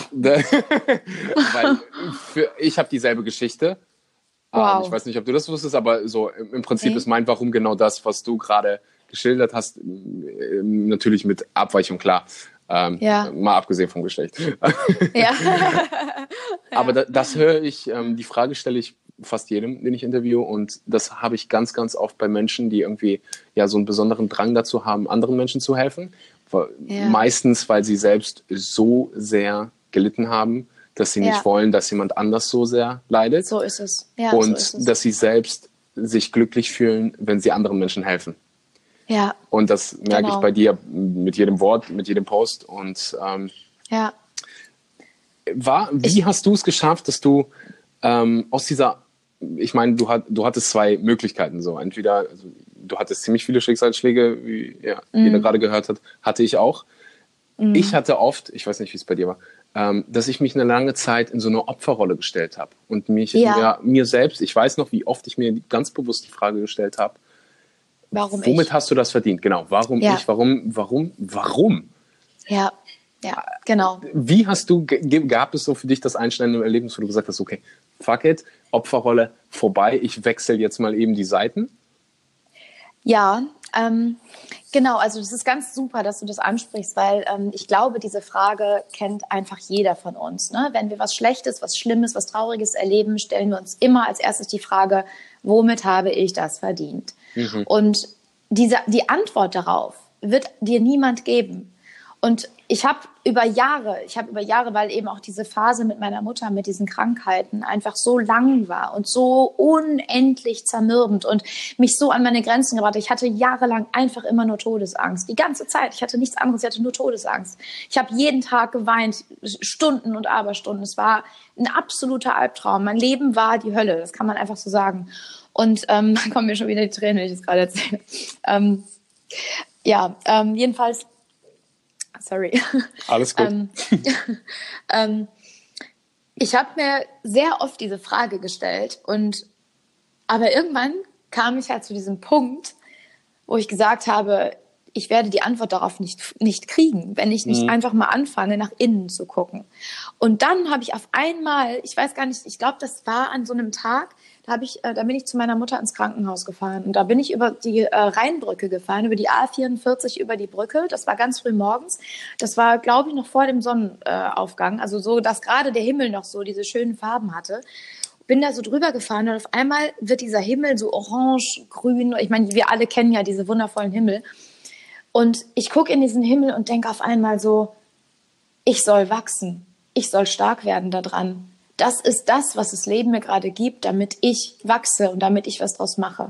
weil für, ich habe dieselbe Geschichte. Wow. Ähm, ich weiß nicht, ob du das wusstest, aber so im, im Prinzip Okay. ist mein Warum genau das, was du gerade geschildert hast. Ähm, natürlich mit Abweichung, klar. Ähm, Ja. Mal abgesehen vom Geschlecht. Ja. Aber da, das höre ich, ähm, die Frage stelle ich fast jedem, den ich interviewe, und das habe ich ganz, ganz oft bei Menschen, die irgendwie ja so einen besonderen Drang dazu haben, anderen Menschen zu helfen. Ja. Meistens, weil sie selbst so sehr gelitten haben, dass sie nicht Ja. wollen, dass jemand anders so sehr leidet, So ist es. Ja, und so ist es. dass sie selbst sich glücklich fühlen, wenn sie anderen Menschen helfen. Ja, Und das merke Genau. ich bei dir mit jedem Wort, mit jedem Post. Und ähm, ja. war, wie hast du es geschafft, dass du ähm, aus dieser, ich meine, du, hat, du hattest zwei Möglichkeiten so. Entweder, also, du hattest ziemlich viele Schicksalsschläge, wie ja, Mhm. jeder gerade gehört hat, hatte ich auch. Ich hatte oft, ich weiß nicht, wie es bei dir war, ähm, dass ich mich eine lange Zeit in so eine Opferrolle gestellt habe. Und mich, Ja. ja, mir selbst, ich weiß noch, wie oft ich mir ganz bewusst die Frage gestellt habe, Warum womit ich? hast du das verdient? Genau, warum Ja. ich, warum, warum, warum? Ja, ja, genau. Wie hast du, ge- gab es so für dich das einschneidende Erlebnis, wo du gesagt hast, okay, fuck it, Opferrolle vorbei, ich wechsle jetzt mal eben die Seiten? Ja, ähm, genau, also das ist ganz super, dass du das ansprichst, weil ähm, ich glaube, diese Frage kennt einfach jeder von uns. Ne? Wenn wir was Schlechtes, was Schlimmes, was Trauriges erleben, stellen wir uns immer als erstes die Frage, womit habe ich das verdient? Mhm. Und diese, die Antwort darauf wird dir niemand geben. Und ich habe über Jahre, ich habe über Jahre, weil eben auch diese Phase mit meiner Mutter, mit diesen Krankheiten einfach so lang war und so unendlich zermürbend und mich so an meine Grenzen gebracht. Ich hatte jahrelang einfach immer nur Todesangst. Die ganze Zeit. Ich hatte nichts anderes, ich hatte nur Todesangst. Ich habe jeden Tag geweint, Stunden und Aberstunden. Es war ein absoluter Albtraum. Mein Leben war die Hölle, das kann man einfach so sagen. Und ähm, da kommen mir schon wieder die Tränen, wenn ich das gerade erzähle. Ähm, ja, ähm, jedenfalls Sorry. Alles gut. ähm, ähm, ich habe mir sehr oft diese Frage gestellt und aber irgendwann kam ich halt zu diesem Punkt, wo ich gesagt habe, ich werde die Antwort darauf nicht, nicht kriegen, wenn ich nicht Mhm. einfach mal anfange, nach innen zu gucken. Und dann habe ich auf einmal, ich weiß gar nicht, ich glaube, das war an so einem Tag, da, hab ich, äh, da bin ich zu meiner Mutter ins Krankenhaus gefahren. Und da bin ich über die äh, Rheinbrücke gefahren, über die A vierundvierzig, über die Brücke. Das war ganz früh morgens. Das war, glaube ich, noch vor dem Sonnenaufgang. Also so, dass gerade der Himmel noch so diese schönen Farben hatte. Bin da so drüber gefahren und auf einmal wird dieser Himmel so orange, grün. Ich meine, wir alle kennen ja diese wundervollen Himmel. Und ich gucke in diesen Himmel und denke auf einmal so, ich soll wachsen. Ich soll stark werden da dran. Das ist das, was das Leben mir gerade gibt, damit ich wachse und damit ich was draus mache.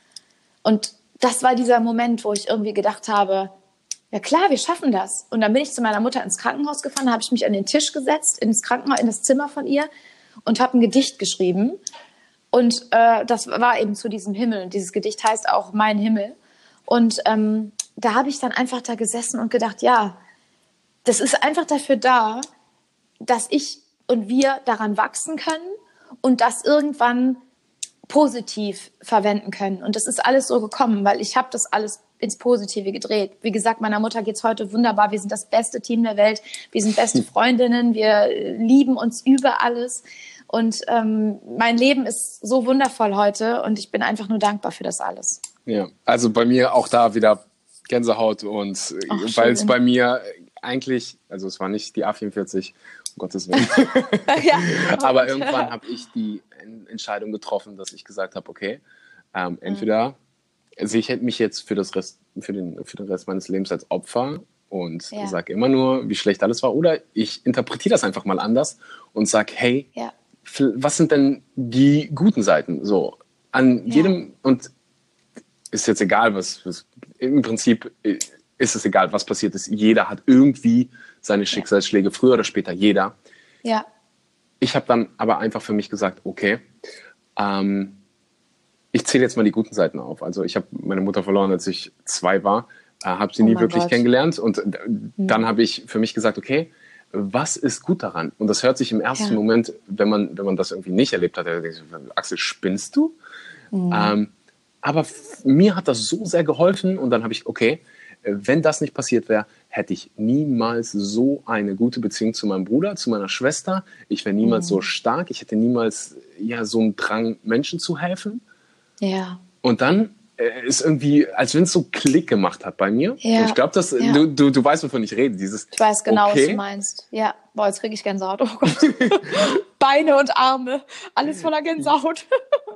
Und das war dieser Moment, wo ich irgendwie gedacht habe, ja klar, wir schaffen das. Und dann bin ich zu meiner Mutter ins Krankenhaus gefahren, habe ich mich an den Tisch gesetzt, ins Krankenhaus, in das Zimmer von ihr und habe ein Gedicht geschrieben. Und äh, das war eben zu diesem Himmel. Und dieses Gedicht heißt auch Mein Himmel. Und ähm, da habe ich dann einfach da gesessen und gedacht, ja, das ist einfach dafür da, dass ich und wir daran wachsen können und das irgendwann positiv verwenden können. Und das ist alles so gekommen, weil ich habe das alles ins Positive gedreht. Wie gesagt, meiner Mutter geht's heute wunderbar. Wir sind das beste Team der Welt. Wir sind beste Freundinnen. Wir lieben uns über alles. Und ähm, mein Leben ist so wundervoll heute und ich bin einfach nur dankbar für das alles. Ja, also bei mir auch da wieder Gänsehaut und weil es bei mir eigentlich, also es war nicht die A vierundvierzig, um Gottes Willen, ja. aber irgendwann habe ich die Entscheidung getroffen, dass ich gesagt habe, okay, ähm, entweder mhm. sehe ich mich jetzt für, das Rest, für, den, für den Rest meines Lebens als Opfer und ja. sage immer nur, wie schlecht alles war, oder ich interpretiere das einfach mal anders und sage, hey, ja. was sind denn die guten Seiten? So, an ja. jedem, und ist jetzt egal, was, was, im Prinzip ist es egal, was passiert ist. Jeder hat irgendwie seine Schicksalsschläge, früher oder später, jeder. Ja. Ich habe dann aber einfach für mich gesagt, okay, ähm, ich zähle jetzt mal die guten Seiten auf. Also ich habe meine Mutter verloren, als ich zwei war, äh, habe sie oh nie wirklich Gott. kennengelernt und äh, dann mhm. habe ich für mich gesagt, okay, was ist gut daran? Und das hört sich im ersten ja. Moment, wenn man, wenn man das irgendwie nicht erlebt hat, denkt man, Axel, spinnst du? Mhm. Ähm, aber f- mir hat das so sehr geholfen und dann habe ich, okay, wenn das nicht passiert wäre, hätte ich niemals so eine gute Beziehung zu meinem Bruder, zu meiner Schwester. Ich wäre niemals mhm. so stark. Ich hätte niemals ja, so einen Drang, Menschen zu helfen. Ja. Und dann äh, ist irgendwie, als wenn es so Klick gemacht hat bei mir. Ja. Und ich glaube, dass ja. du, du, du weißt, wovon ich rede. Dieses, ich weiß genau, okay, was du meinst. Ja, boah, jetzt kriege ich Gänsehaut. Oh Gott. Beine und Arme, alles voller Gänsehaut.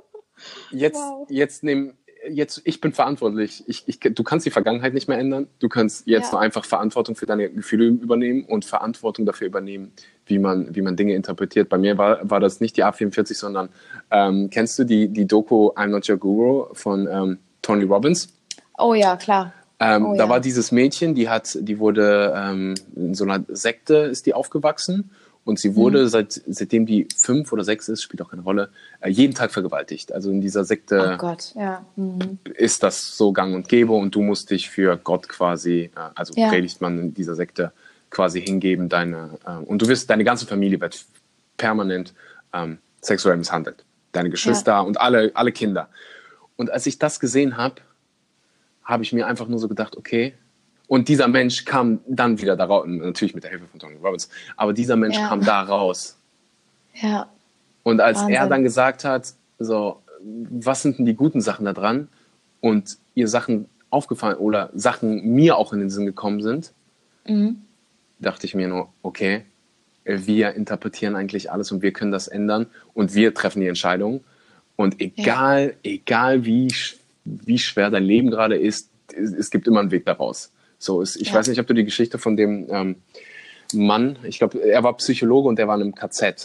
jetzt, wow. jetzt nehmen Jetzt, ich bin verantwortlich. Ich, ich, du kannst die Vergangenheit nicht mehr ändern. Du kannst jetzt ja. nur einfach Verantwortung für deine Gefühle übernehmen und Verantwortung dafür übernehmen, wie man, wie man Dinge interpretiert. Bei mir war, war das nicht die A vierundvierzig, sondern ähm, kennst du die, die Doku I'm Not Your Guru von ähm, Tony Robbins? Oh ja, klar. Ähm, oh, da ja. war dieses Mädchen, die hat, die wurde ähm, in so einer Sekte ist die aufgewachsen. Und sie wurde, mhm. seit, seitdem die fünf oder sechs ist, spielt auch keine Rolle, äh, jeden Tag vergewaltigt. Also in dieser Sekte oh Gott, ja. mhm. ist das so gang und gäbe und du musst dich für Gott quasi, äh, also ja. predigt man in dieser Sekte, quasi hingeben. Deine, äh, und du wirst, deine ganze Familie wird permanent ähm, sexuell misshandelt. Deine Geschwister ja. und alle, alle Kinder. Und als ich das gesehen habe, habe ich mir einfach nur so gedacht, okay. Und dieser Mensch kam dann wieder da raus, natürlich mit der Hilfe von Tony Robbins, aber dieser Mensch ja. kam da raus. Ja. Und als Wahnsinn. er dann gesagt hat, so, was sind denn die guten Sachen da dran? Und ihr Sachen aufgefallen oder Sachen mir auch in den Sinn gekommen sind, mhm. dachte ich mir nur, okay, wir interpretieren eigentlich alles und wir können das ändern und wir treffen die Entscheidung. Und egal, ja. egal wie, wie schwer dein Leben gerade ist, es gibt immer einen Weg daraus. So ist, ich ja. weiß nicht, ob du die Geschichte von dem ähm, Mann, ich glaube, er war Psychologe und der war in einem K Z.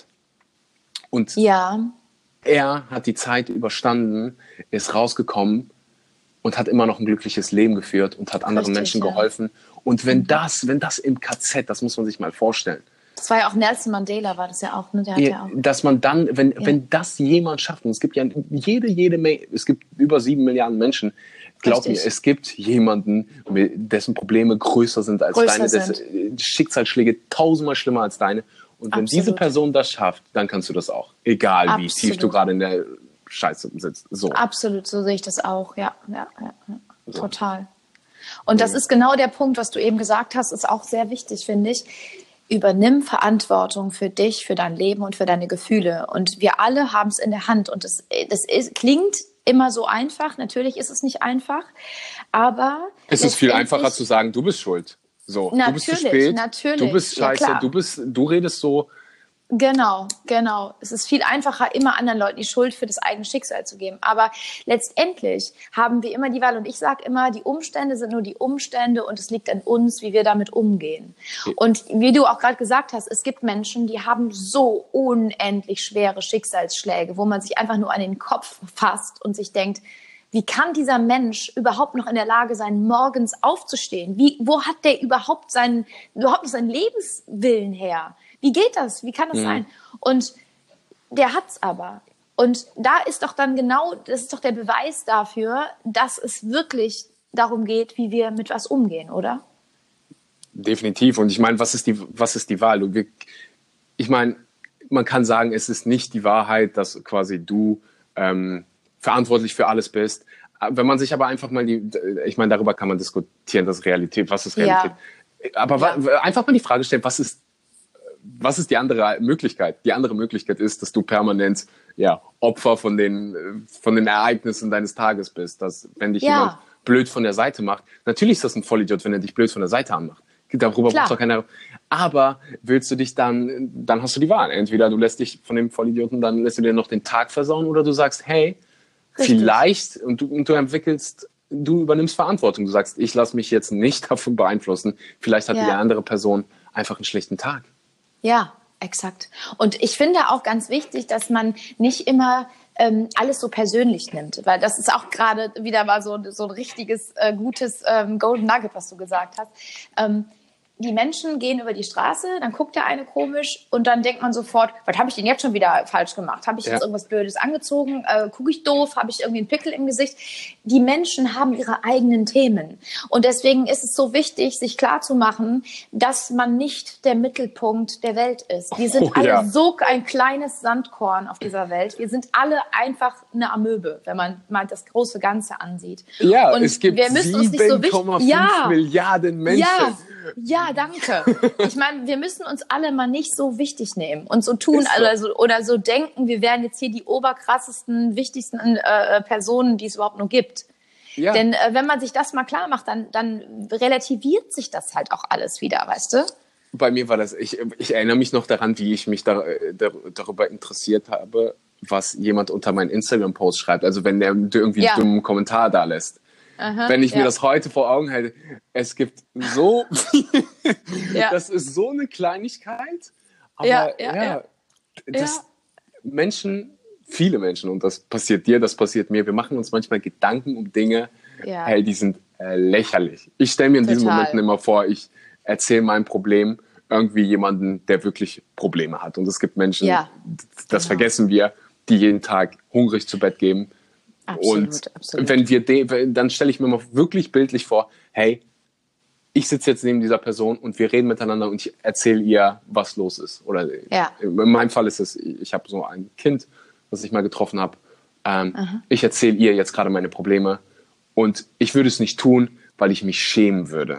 Und ja. er hat die Zeit überstanden, ist rausgekommen und hat immer noch ein glückliches Leben geführt und hat anderen Richtig, Menschen ja. geholfen. Und wenn mhm. das, wenn das im K Z, das muss man sich mal vorstellen. Das war ja auch Nelson Mandela, war das ja auch, ne? Der hat ja, ja auch. Dass man dann, wenn, ja. wenn das jemand schafft, und es gibt ja jede, jede, es gibt über sieben Milliarden Menschen, glaub Richtig. mir, es gibt jemanden, dessen Probleme größer sind als größer deine, sind. dessen Schicksalsschläge tausendmal schlimmer als deine. Und wenn Absolut. diese Person das schafft, dann kannst du das auch. Egal, Absolut. wie tief du gerade in der Scheiße sitzt. So. Absolut, so sehe ich das auch. Ja, ja, ja, ja. So. Total. Und das ist genau der Punkt, was du eben gesagt hast, ist auch sehr wichtig, finde ich. Übernimm Verantwortung für dich, für dein Leben und für deine Gefühle. Und wir alle haben es in der Hand. Und das, das ist, klingt immer so einfach. Natürlich ist es nicht einfach, aber es ist viel einfacher zu sagen, du bist schuld. So, natürlich, du bist zu spät, natürlich. du bist scheiße, ja, du bist, du redest so. Genau, genau. Es ist viel einfacher, immer anderen Leuten die Schuld für das eigene Schicksal zu geben. Aber letztendlich haben wir immer die Wahl. Und ich sage immer, die Umstände sind nur die Umstände und es liegt an uns, wie wir damit umgehen. Und wie du auch gerade gesagt hast, es gibt Menschen, die haben so unendlich schwere Schicksalsschläge, wo man sich einfach nur an den Kopf fasst und sich denkt, wie kann dieser Mensch überhaupt noch in der Lage sein, morgens aufzustehen? Wie, wo hat der überhaupt seinen, überhaupt seinen Lebenswillen her? Wie geht das? Wie kann das mhm. sein? Und der hat's aber. Und da ist doch dann genau, das ist doch der Beweis dafür, dass es wirklich darum geht, wie wir mit was umgehen, oder? Definitiv. Und ich meine, was ist die, was ist die Wahl? Ich meine, man kann sagen, es ist nicht die Wahrheit, dass quasi du ähm, verantwortlich für alles bist. Wenn man sich aber einfach mal die, ich meine, darüber kann man diskutieren, das ist Realität, was ist Realität. Ja. Aber ja. wa- einfach mal die Frage stellen, was ist, was ist die andere Möglichkeit? Die andere Möglichkeit ist, dass du permanent ja, Opfer von den, von den Ereignissen deines Tages bist. Dass, wenn dich ja. jemand blöd von der Seite macht, natürlich ist das ein Vollidiot, wenn er dich blöd von der Seite anmacht. Darüber brauchst du keiner. Aber willst du dich dann, dann hast du die Wahl. Entweder du lässt dich von dem Vollidioten, dann lässt du dir noch den Tag versauen, oder du sagst, hey, richtig. Vielleicht, und du, und du entwickelst, du übernimmst Verantwortung. Du sagst, ich lasse mich jetzt nicht davon beeinflussen. Vielleicht hat ja. die andere Person einfach einen schlechten Tag. Ja, exakt. Und ich finde auch ganz wichtig, dass man nicht immer ähm, alles so persönlich nimmt, weil das ist auch gerade wieder mal so, so ein richtiges, äh, gutes ähm, Golden Nugget, was du gesagt hast. Ähm, Die Menschen gehen über die Straße, dann guckt der eine komisch und dann denkt man sofort, was habe ich denn jetzt schon wieder falsch gemacht? Habe ich ja. jetzt irgendwas Blödes angezogen? Äh, gucke ich doof? Habe ich irgendwie einen Pickel im Gesicht? Die Menschen haben ihre eigenen Themen. Und deswegen ist es so wichtig, sich klarzumachen, dass man nicht der Mittelpunkt der Welt ist. Wir sind oh, alle ja. so ein kleines Sandkorn auf dieser Welt. Wir sind alle einfach eine Amöbe, wenn man mal das große Ganze ansieht. Ja, und es gibt sieben Komma fünf ja, Milliarden Menschen. Ja. Ja, danke. Ich meine, wir müssen uns alle mal nicht so wichtig nehmen und so tun so. Also, oder so denken, wir wären jetzt hier die oberkrassesten, wichtigsten äh, Personen, die es überhaupt nur gibt. Ja. Denn äh, wenn man sich das mal klar macht, dann, dann relativiert sich das halt auch alles wieder, weißt du? Bei mir war das, ich, ich erinnere mich noch daran, wie ich mich da, da, darüber interessiert habe, was jemand unter meinen Instagram-Post schreibt. Also wenn der irgendwie ja. einen dummen Kommentar da lässt. Aha, wenn ich ja. mir das heute vor Augen hätte, es gibt so viel, ja. das ist so eine Kleinigkeit, aber ja, ja, ja, ja. Das ja. Menschen, viele Menschen, und das passiert dir, das passiert mir, wir machen uns manchmal Gedanken um Dinge, ja. hey, die sind äh, lächerlich. Ich stelle mir in Total. diesen Momenten immer vor, ich erzähle mein Problem irgendwie jemanden, der wirklich Probleme hat. Und es gibt Menschen, ja. das genau. vergessen wir, die jeden Tag hungrig zu Bett gehen. Absolut, und absolut. wenn wir de- dann stelle ich mir mal wirklich bildlich vor, hey, ich sitze jetzt neben dieser Person und wir reden miteinander und ich erzähle ihr, was los ist. Oder ja. in meinem Fall ist es, ich habe so ein Kind, das ich mal getroffen habe. Ähm, ich erzähle ihr jetzt gerade meine Probleme und ich würde es nicht tun, weil ich mich schämen würde.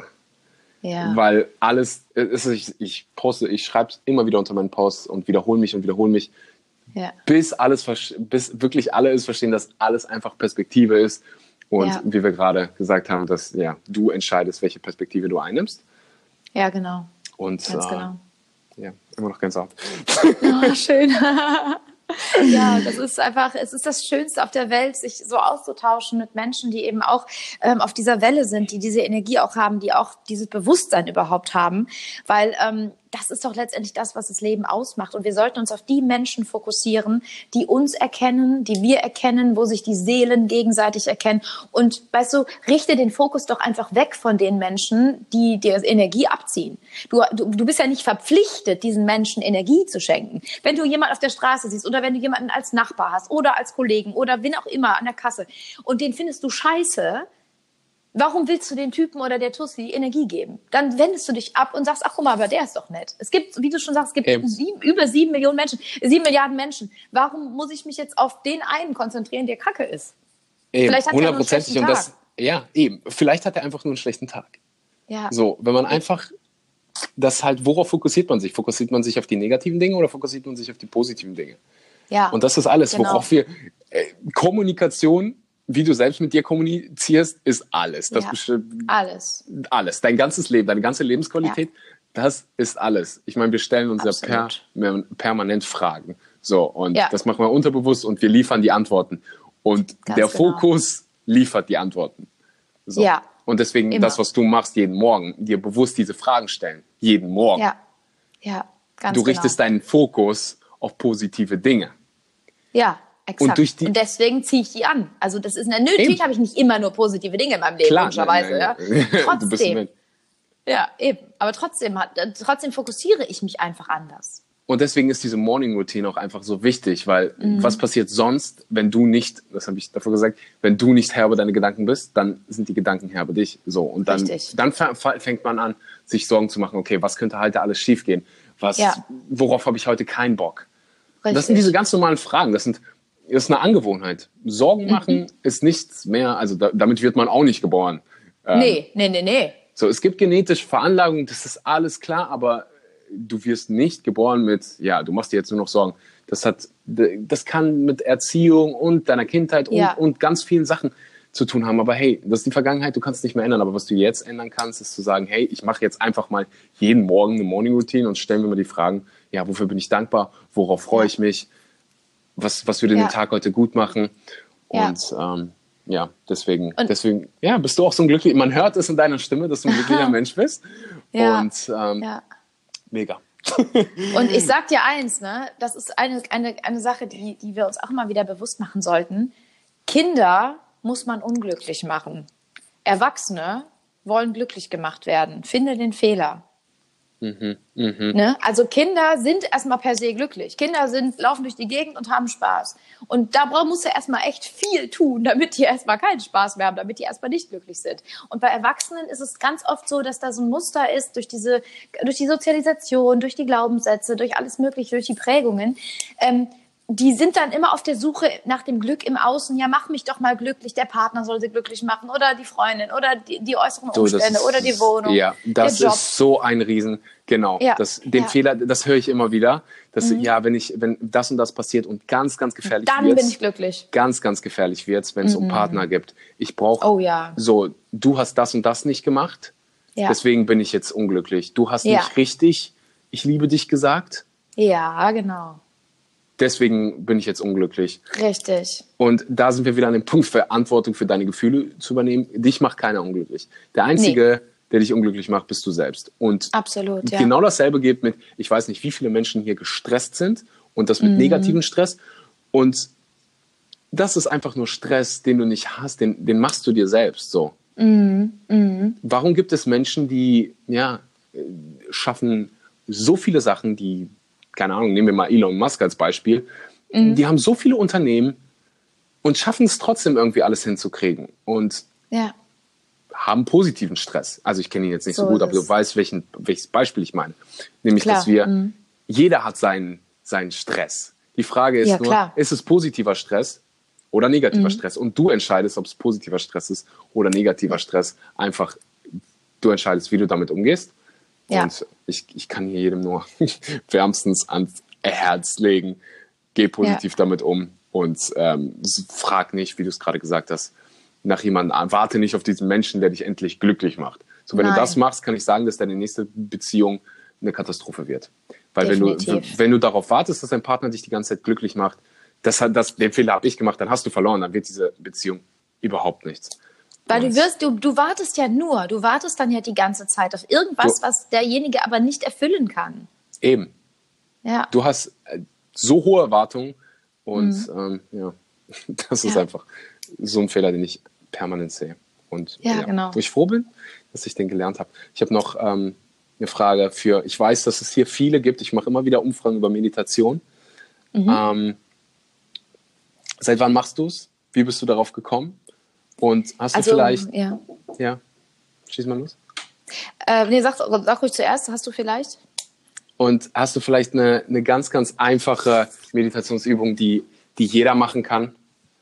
Ja. Weil alles, ist, ich, ich poste, ich schreibe es immer wieder unter meinen Posts und wiederhole mich und wiederhole mich. Ja. Bis alles, bis wirklich alle es verstehen, dass alles einfach Perspektive ist und ja. wie wir gerade gesagt haben, dass ja du entscheidest, welche Perspektive du einnimmst. Ja, genau. Und ganz äh, genau. Ja, immer noch ganz hart. Oh, schön. Ja, das ist einfach, es ist das Schönste auf der Welt, sich so auszutauschen mit Menschen, die eben auch ähm, auf dieser Welle sind, die diese Energie auch haben, die auch dieses Bewusstsein überhaupt haben, weil ähm, das ist doch letztendlich das, was das Leben ausmacht. Und wir sollten uns auf die Menschen fokussieren, die uns erkennen, die wir erkennen, wo sich die Seelen gegenseitig erkennen. Und weißt du, richte den Fokus doch einfach weg von den Menschen, die dir Energie abziehen. Du, du, du bist ja nicht verpflichtet, diesen Menschen Energie zu schenken. Wenn du jemanden auf der Straße siehst oder wenn du jemanden als Nachbar hast oder als Kollegen oder wen auch immer an der Kasse und den findest du scheiße, warum willst du den Typen oder der Tussi Energie geben? Dann wendest du dich ab und sagst, ach guck mal, aber der ist doch nett. Es gibt, wie du schon sagst, es gibt sieben, über sieben Millionen Menschen, sieben Milliarden Menschen. Warum muss ich mich jetzt auf den einen konzentrieren, der Kacke ist? Eben, vielleicht hat er nur einen schlechten Tag. Und das, ja, eben. Vielleicht hat er einfach nur einen schlechten Tag. Ja. So, wenn man einfach das halt, worauf fokussiert man sich? Fokussiert man sich auf die negativen Dinge oder fokussiert man sich auf die positiven Dinge? Ja. Und das ist alles, genau. worauf wir, äh, Kommunikation, wie du selbst mit dir kommunizierst, ist alles. Das ja, bestimmt alles. Alles. Dein ganzes Leben, deine ganze Lebensqualität, ja. das ist alles. Ich meine, wir stellen uns Absolut. ja per, permanent Fragen. So, und ja. das machen wir unterbewusst und wir liefern die Antworten. Und Ganz der genau. Fokus liefert die Antworten. So. Ja. Und deswegen Immer. das, was du machst jeden Morgen, dir bewusst diese Fragen stellen. Jeden Morgen. Ja. Ja, ganz Du richtest genau. deinen Fokus auf positive Dinge. Ja. Exakt. Und, durch die und deswegen ziehe ich die an. Also das ist natürlich habe ich nicht immer nur positive Dinge in meinem Leben, logischerweise. Ja. Trotzdem. Ja, eben. Aber trotzdem, trotzdem fokussiere ich mich einfach anders. Und deswegen ist diese Morning Routine auch einfach so wichtig, weil mhm. was passiert sonst, wenn du nicht, das habe ich davor gesagt, wenn du nicht Herr über deine Gedanken bist, dann sind die Gedanken Herr über dich. So und dann, dann fängt man an, sich Sorgen zu machen. Okay, was könnte heute alles schiefgehen? Was, ja. worauf habe ich heute keinen Bock? Das sind diese ganz normalen Fragen. Das, sind, das ist eine Angewohnheit. Sorgen machen mhm. ist nichts mehr, also da, damit wird man auch nicht geboren. Ähm, nee, nee, nee, nee. So, es gibt genetische Veranlagungen, das ist alles klar, aber du wirst nicht geboren mit, ja, du machst dir jetzt nur noch Sorgen. Das hat, das kann mit Erziehung und deiner Kindheit und, ja. und ganz vielen Sachen zu tun haben. Aber hey, das ist die Vergangenheit, du kannst es nicht mehr ändern. Aber was du jetzt ändern kannst, ist zu sagen, hey, ich mache jetzt einfach mal jeden Morgen eine Morning Routine und stelle mir mal die Fragen, ja, wofür bin ich dankbar? Worauf freue ja. ich mich? Was, was würde ja. den Tag heute gut machen? Und ja, ähm, ja deswegen, und deswegen, ja, bist du auch so ein glücklicher, man hört es in deiner Stimme, dass du ein glücklicher Mensch bist. Ja. Und ähm, ja. mega. Und ich sag dir eins, ne, das ist eine, eine, eine Sache, die, die wir uns auch mal wieder bewusst machen sollten. Kinder muss man unglücklich machen. Erwachsene wollen glücklich gemacht werden. Finde den Fehler. Mhm, mh. Ne? Also Kinder sind erstmal per se glücklich. Kinder sind, laufen durch die Gegend und haben Spaß. Und da musst du erstmal echt viel tun, damit die erstmal keinen Spaß mehr haben, damit die erstmal nicht glücklich sind. Und bei Erwachsenen ist es ganz oft so, dass da so ein Muster ist, durch diese, durch die Sozialisation, durch die Glaubenssätze, durch alles Mögliche, durch die Prägungen, ähm, die sind dann immer auf der Suche nach dem Glück im Außen. Ja, mach mich doch mal glücklich. Der Partner soll sie glücklich machen oder die Freundin oder die, die äußeren so, Umstände ist, oder die Wohnung. Ja, das der Job. ist so ein Riesen. Genau. Ja, das, den ja. Fehler, das höre ich immer wieder. Dass, mhm. ja, wenn ich, wenn das und das passiert und ganz, ganz gefährlich wird. Dann bin ich glücklich. Ganz, ganz gefährlich wird, wenn es mhm. um Partner gibt. Ich brauche, oh, ja. so, du hast das und das nicht gemacht. Ja. Deswegen bin ich jetzt unglücklich. Du hast ja. nicht richtig, ich liebe dich gesagt. Ja, genau. Deswegen bin ich jetzt unglücklich. Richtig. Und da sind wir wieder an dem Punkt, Verantwortung für deine Gefühle zu übernehmen. Dich macht keiner unglücklich. Der Einzige, nee. der dich unglücklich macht, bist du selbst. Und absolut, ja. genau dasselbe geht mit, ich weiß nicht, wie viele Menschen hier gestresst sind und das mit mhm. negativen Stress. Und das ist einfach nur Stress, den du nicht hast, den, den machst du dir selbst so. Mhm. Mhm. Warum gibt es Menschen, die ja, schaffen so viele Sachen, die keine Ahnung, nehmen wir mal Elon Musk als Beispiel, mhm. die haben so viele Unternehmen und schaffen es trotzdem irgendwie alles hinzukriegen und ja. haben positiven Stress. Also ich kenne ihn jetzt nicht so, so gut, aber du weißt, welchen, welches Beispiel ich meine. Nämlich, klar. dass wir, mhm. jeder hat seinen, seinen Stress. Die Frage ist ja, nur, klar. ist es positiver Stress oder negativer mhm. Stress? Und du entscheidest, ob es positiver Stress ist oder negativer Stress. Einfach, du entscheidest, wie du damit umgehst. Ja. Und ich, ich kann hier jedem nur wärmstens ans Herz legen. Geh positiv ja. damit um und ähm, frag nicht, wie du es gerade gesagt hast, nach jemandem an. Warte nicht auf diesen Menschen, der dich endlich glücklich macht. So, wenn Nein. du das machst, kann ich sagen, dass deine nächste Beziehung eine Katastrophe wird. Weil wenn du, wenn du darauf wartest, dass dein Partner dich die ganze Zeit glücklich macht, das hat, das, den Fehler habe ich gemacht, dann hast du verloren, dann wird diese Beziehung überhaupt nichts. Weil du wirst, du, du wartest ja nur, du wartest dann ja die ganze Zeit auf irgendwas, du, was derjenige aber nicht erfüllen kann. Eben. Ja. Du hast so hohe Erwartungen und mhm. ähm, ja, das ist ja. einfach so ein Fehler, den ich permanent sehe. Und ja, ja, genau. wo ich froh bin, dass ich den gelernt habe. Ich habe noch ähm, eine Frage für, ich weiß, dass es hier viele gibt, ich mache immer wieder Umfragen über Meditation. Mhm. Ähm, seit wann machst du es? Wie bist du darauf gekommen? Und hast du also, vielleicht... Ja, ja. Schieß mal los. Äh, nee, sag, sag ruhig zuerst, hast du vielleicht? Und hast du vielleicht eine, eine ganz, ganz einfache Meditationsübung, die, die jeder machen kann?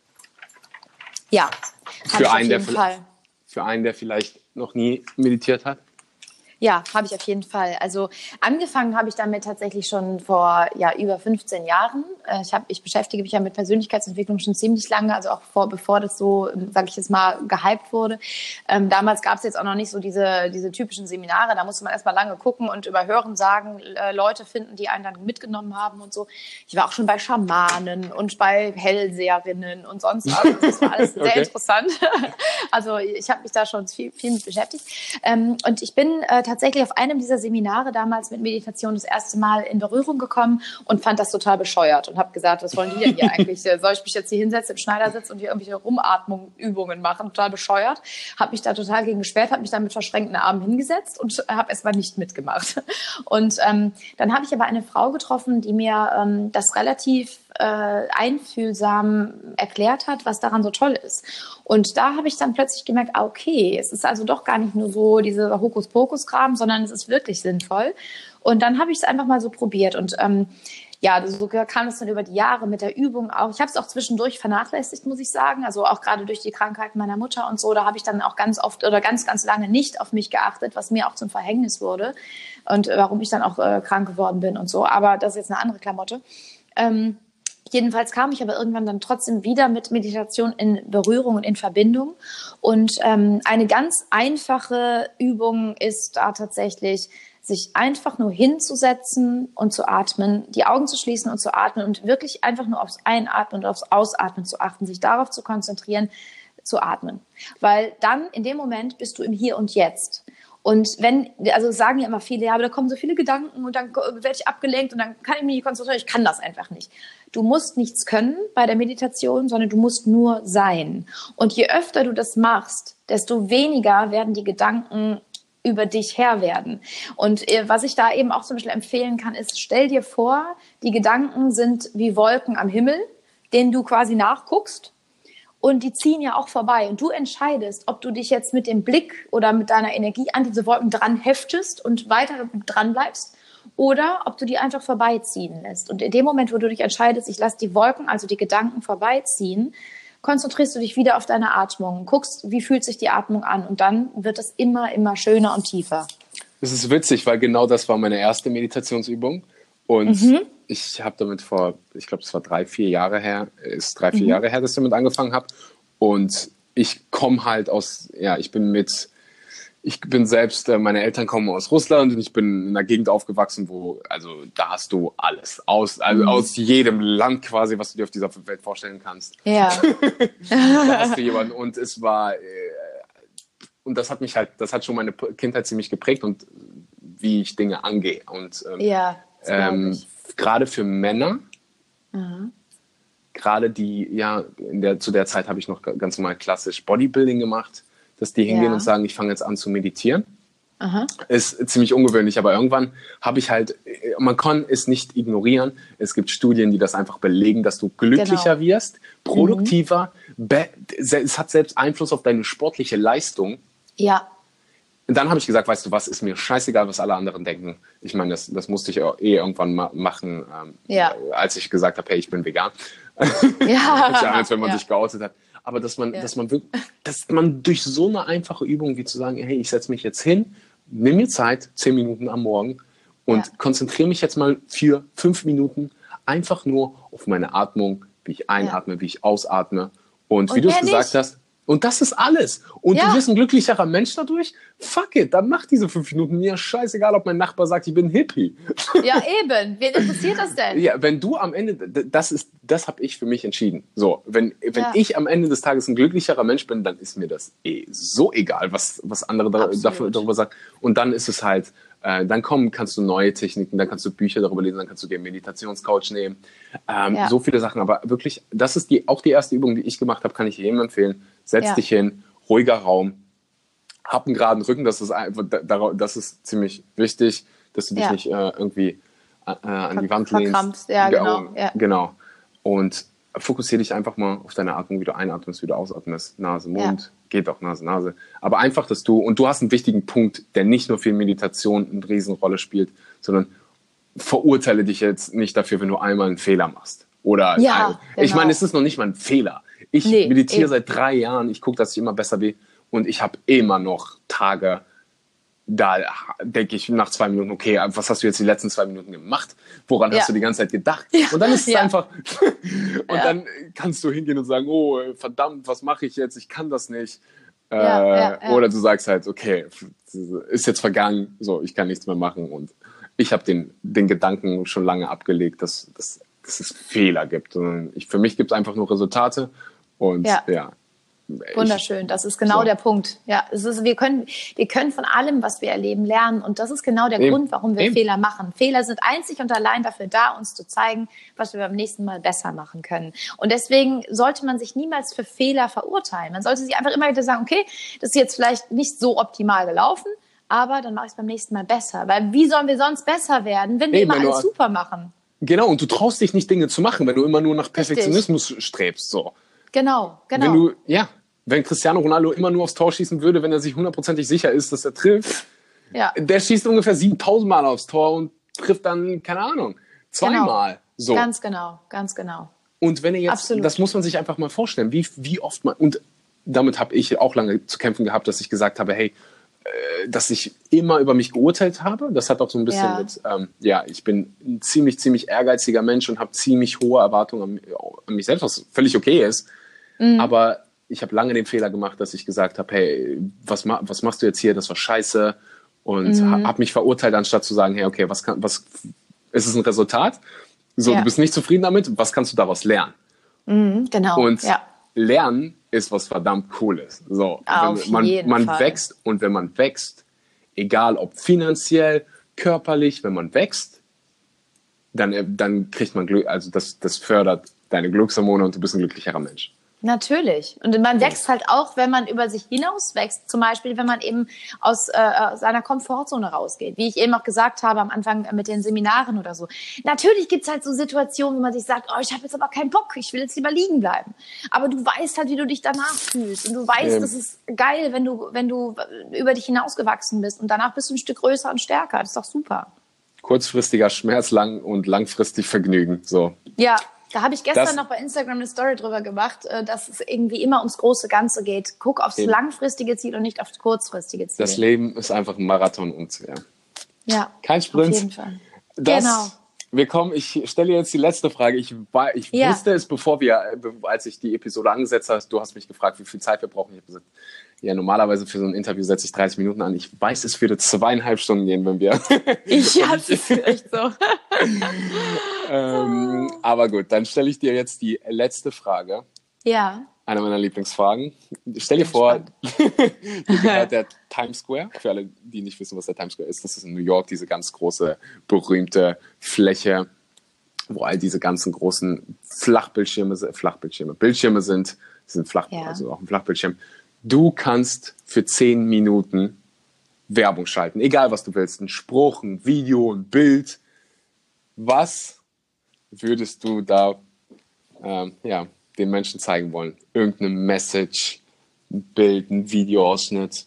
Ja, für einen, auf jeden der, Fall. Für einen, der vielleicht noch nie meditiert hat? Ja, habe ich auf jeden Fall. Also angefangen habe ich damit tatsächlich schon vor ja, über fünfzehn Jahren. Ich, hab, ich beschäftige mich ja mit Persönlichkeitsentwicklung schon ziemlich lange, also auch vor, bevor das so, sage ich jetzt mal, gehypt wurde. Ähm, damals gab es jetzt auch noch nicht so diese, diese typischen Seminare, da musste man erstmal lange gucken und über Hören sagen, äh, Leute finden, die einen dann mitgenommen haben und so. Ich war auch schon bei Schamanen und bei Hellseherinnen und sonst was. Das war alles sehr okay. interessant. Also ich habe mich da schon viel, viel mit beschäftigt. Ähm, und ich bin äh, tatsächlich auf einem dieser Seminare damals mit Meditation das erste Mal in Berührung gekommen und fand das total bescheuert und habe gesagt, was wollen die denn hier eigentlich? Soll ich mich jetzt hier hinsetzen im Schneidersitz und hier irgendwelche Rumatmungsübungen machen? Total bescheuert. Habe mich da total gegen gesperrt, habe mich dann mit verschränkten Armen hingesetzt und habe erstmal nicht mitgemacht. Und ähm, dann habe ich aber eine Frau getroffen, die mir ähm, das relativ äh, einfühlsam erklärt hat, was daran so toll ist. Und da habe ich dann plötzlich gemerkt, ah, okay, es ist also doch gar nicht nur so diese Hokuspokus-Kram, sondern es ist wirklich sinnvoll. Und dann habe ich es einfach mal so probiert. Und ähm, ja, so kam es dann über die Jahre mit der Übung auch. Ich habe es auch zwischendurch vernachlässigt, muss ich sagen. Also auch gerade durch die Krankheit meiner Mutter und so, da habe ich dann auch ganz oft oder ganz, ganz lange nicht auf mich geachtet, was mir auch zum Verhängnis wurde und äh, warum ich dann auch äh, krank geworden bin und so. Aber das ist jetzt eine andere Klamotte. Ähm, Jedenfalls kam ich aber irgendwann dann trotzdem wieder mit Meditation in Berührung und in Verbindung. Und ähm, eine ganz einfache Übung ist da tatsächlich, sich einfach nur hinzusetzen und zu atmen, die Augen zu schließen und zu atmen und wirklich einfach nur aufs Einatmen und aufs Ausatmen zu achten, sich darauf zu konzentrieren, zu atmen. Weil dann in dem Moment bist du im Hier und Jetzt. Und wenn, also sagen ja immer viele, ja, aber da kommen so viele Gedanken und dann werde ich abgelenkt und dann kann ich mich nicht konzentrieren. Ich kann das einfach nicht. Du musst nichts können bei der Meditation, sondern du musst nur sein. Und je öfter du das machst, desto weniger werden die Gedanken über dich Herr werden. Und äh, was ich da eben auch zum Beispiel empfehlen kann, ist, stell dir vor, die Gedanken sind wie Wolken am Himmel, denen du quasi nachguckst. Und die ziehen ja auch vorbei. Und du entscheidest, ob du dich jetzt mit dem Blick oder mit deiner Energie an diese Wolken dran heftest und weiter dran bleibst oder ob du die einfach vorbeiziehen lässt. Und in dem Moment, wo du dich entscheidest, ich lasse die Wolken, also die Gedanken vorbeiziehen, konzentrierst du dich wieder auf deine Atmung, guckst, wie fühlt sich die Atmung an und dann wird es immer, immer schöner und tiefer. Das ist witzig, weil genau das war meine erste Meditationsübung und mhm. ich habe damit vor, ich glaube, es war drei, vier Jahre her, ist drei, vier mhm. Jahre her, dass ich damit angefangen habe und ich komme halt aus, ja, ich bin mit Ich bin selbst, meine Eltern kommen aus Russland und ich bin in einer Gegend aufgewachsen, wo, also da hast du alles, aus, also mhm. aus jedem Land quasi, was du dir auf dieser Welt vorstellen kannst. Ja. Da hast du jemanden und es war, und das hat mich halt, das hat schon meine Kindheit ziemlich geprägt und wie ich Dinge angehe. Und ähm, ja, ähm, gerade für Männer, mhm. gerade die, ja, in der, zu der Zeit habe ich noch ganz normal klassisch Bodybuilding gemacht, dass die hingehen ja. und sagen, ich fange jetzt an zu meditieren. Aha. Ist ziemlich ungewöhnlich, aber irgendwann habe ich halt, man kann es nicht ignorieren. Es gibt Studien, die das einfach belegen, dass du glücklicher genau. wirst, produktiver. Mhm. Be- es hat selbst Einfluss auf deine sportliche Leistung. Ja. Und dann habe ich gesagt, weißt du was, ist mir scheißegal, was alle anderen denken. Ich meine, das, das musste ich eh irgendwann ma- machen, ähm, ja. als ich gesagt habe, hey, ich bin vegan. Ja. Als wenn man ja. sich geoutet hat. Aber dass man, ja. dass man wirklich, dass man durch so eine einfache Übung wie zu sagen, hey, ich setze mich jetzt hin, nimm mir Zeit, zehn Minuten am Morgen und ja. konzentriere mich jetzt mal für fünf Minuten einfach nur auf meine Atmung, wie ich einatme, ja. wie ich ausatme. Und, und wie du es gesagt nicht. hast, und das ist alles. Und ja. du wirst ein glücklicherer Mensch dadurch. Fuck it, dann mach diese fünf Minuten. Mir scheißegal, ob mein Nachbar sagt, ich bin Hippie. Ja, eben. Wen interessiert das denn? Ja, wenn du am Ende, das ist, das habe ich für mich entschieden. So, wenn, wenn ja. ich am Ende des Tages ein glücklicherer Mensch bin, dann ist mir das eh so egal, was, was andere da, dafür, darüber sagen. Und dann ist es halt, äh, dann kommen, kannst du neue Techniken, dann kannst du Bücher darüber lesen, dann kannst du dir einen Meditationscoach nehmen. Ähm, ja. So viele Sachen. Aber wirklich, das ist die, auch die erste Übung, die ich gemacht habe, kann ich jedem empfehlen. Setz ja. dich hin, ruhiger Raum, hab einen geraden Rücken, das ist, das ist ziemlich wichtig, dass du dich ja. nicht äh, irgendwie äh, an die Wand lehnst. Ja, genau. Ja. genau. Und fokussiere dich einfach mal auf deine Atmung, wie du einatmest, wie du ausatmest, Nase, Mund, ja. geht auch Nase, Nase. Aber einfach, dass du, und du hast einen wichtigen Punkt, der nicht nur für Meditation eine Riesenrolle spielt, sondern verurteile dich jetzt nicht dafür, wenn du einmal einen Fehler machst. Oder, ja, ein, genau. ich meine, es ist noch nicht mal ein Fehler. Ich nee, meditiere eben. seit drei Jahren, ich gucke, dass ich immer besser bin und ich habe immer noch Tage, da denke ich nach zwei Minuten, okay, was hast du jetzt die letzten zwei Minuten gemacht? Woran ja. hast du die ganze Zeit gedacht? Ja. Und dann ist es ja. einfach, und ja. dann kannst du hingehen und sagen, oh, verdammt, was mache ich jetzt? Ich kann das nicht. Ja, äh, ja, ja. Oder du sagst halt, okay, ist jetzt vergangen, so, ich kann nichts mehr machen. Und ich habe den, den Gedanken schon lange abgelegt, dass, dass, dass es Fehler gibt. Und ich, für mich gibt es einfach nur Resultate. Und ja, ja wunderschön. Ich, das ist genau so. der Punkt. Ja, es ist, wir können, wir können von allem, was wir erleben, lernen. Und das ist genau der Eben. Grund, warum wir Eben. Fehler machen. Fehler sind einzig und allein dafür da, uns zu zeigen, was wir beim nächsten Mal besser machen können. Und deswegen sollte man sich niemals für Fehler verurteilen. Man sollte sich einfach immer wieder sagen, okay, das ist jetzt vielleicht nicht so optimal gelaufen, aber dann mache ich es beim nächsten Mal besser. Weil wie sollen wir sonst besser werden, wenn wir Eben, immer alles super machen? Genau. Und du traust dich nicht, Dinge zu machen, wenn du immer nur nach Perfektionismus Richtig. strebst, so. Genau, genau. Wenn du, ja, wenn Cristiano Ronaldo immer nur aufs Tor schießen würde, wenn er sich hundertprozentig sicher ist, dass er trifft, ja. der schießt ungefähr siebentausend Mal aufs Tor und trifft dann, keine Ahnung, zweimal. So. Ganz genau, ganz genau. Und wenn ihr jetzt, Absolut. das muss man sich einfach mal vorstellen, wie, wie oft man, und damit habe ich auch lange zu kämpfen gehabt, dass ich gesagt habe, hey, äh, dass ich immer über mich geurteilt habe. Das hat auch so ein bisschen Ja. mit, ähm, ja, ich bin ein ziemlich, ziemlich ehrgeiziger Mensch und habe ziemlich hohe Erwartungen an, an mich selbst, was völlig okay ist. Mhm. Aber ich habe lange den Fehler gemacht, dass ich gesagt habe, hey, was, ma- was machst du jetzt hier? Das war scheiße. Und Mhm. ha- habe mich verurteilt, anstatt zu sagen, hey, okay, was kann, was ist es ein Resultat? So, Ja. du bist nicht zufrieden damit, was kannst du daraus lernen? Mhm, genau. Und ja. Lernen ist was verdammt Cooles. So, Auf wenn man, jeden man Fall. wächst, und wenn man wächst, egal ob finanziell, körperlich, wenn man wächst, dann, äh, dann kriegt man Glück, also das, das fördert deine Glückshormone und du bist ein glücklicherer Mensch. Natürlich. Und man wächst halt auch, wenn man über sich hinaus wächst. Zum Beispiel, wenn man eben aus, äh, aus seiner Komfortzone rausgeht. Wie ich eben auch gesagt habe am Anfang mit den Seminaren oder so. Natürlich gibt's halt so Situationen, wo man sich sagt, oh, ich habe jetzt aber keinen Bock, ich will jetzt lieber liegen bleiben. Aber du weißt halt, wie du dich danach fühlst. Und du weißt, Ähm. das ist geil, wenn du, wenn du über dich hinausgewachsen bist. Und danach bist du ein Stück größer und stärker. Das ist doch super. Kurzfristiger Schmerz, lang und langfristig Vergnügen. So. Ja. Da habe ich gestern Das- noch bei Instagram eine Story drüber gemacht, äh, dass es irgendwie immer ums große Ganze geht. Guck aufs Eben. langfristige Ziel und nicht aufs kurzfristige Ziel. Das Leben ist einfach ein Marathon und ja. Ja, Kein Sprint. auf jeden Fall. Das, Genau. Wir kommen, ich stelle jetzt die letzte Frage. Ich, war, ich Ja. wusste es, bevor wir, äh, als ich die Episode angesetzt habe, du hast mich gefragt, wie viel Zeit wir brauchen. Ich habe gesagt, ja, normalerweise für so ein Interview setze ich dreißig Minuten an. Ich weiß, es würde zweieinhalb Stunden gehen, wenn wir. Ich hab's echt so. ähm, aber gut, dann stelle ich dir jetzt die letzte Frage. Ja. Eine meiner Lieblingsfragen. Stell dir Bin vor, hier gehört der Times Square. Für alle, die nicht wissen, was der Times Square ist, das ist in New York diese ganz große, berühmte Fläche, wo all diese ganzen großen Flachbildschirme, Flachbildschirme, Bildschirme sind. Die sind flach, Ja. also auch ein Flachbildschirm. Du kannst für zehn Minuten Werbung schalten, egal was du willst, ein Spruch, ein Video, ein Bild. Was würdest du da ähm, ja, den Menschen zeigen wollen? Irgendeine Message, ein Bild, ein Videoausschnitt?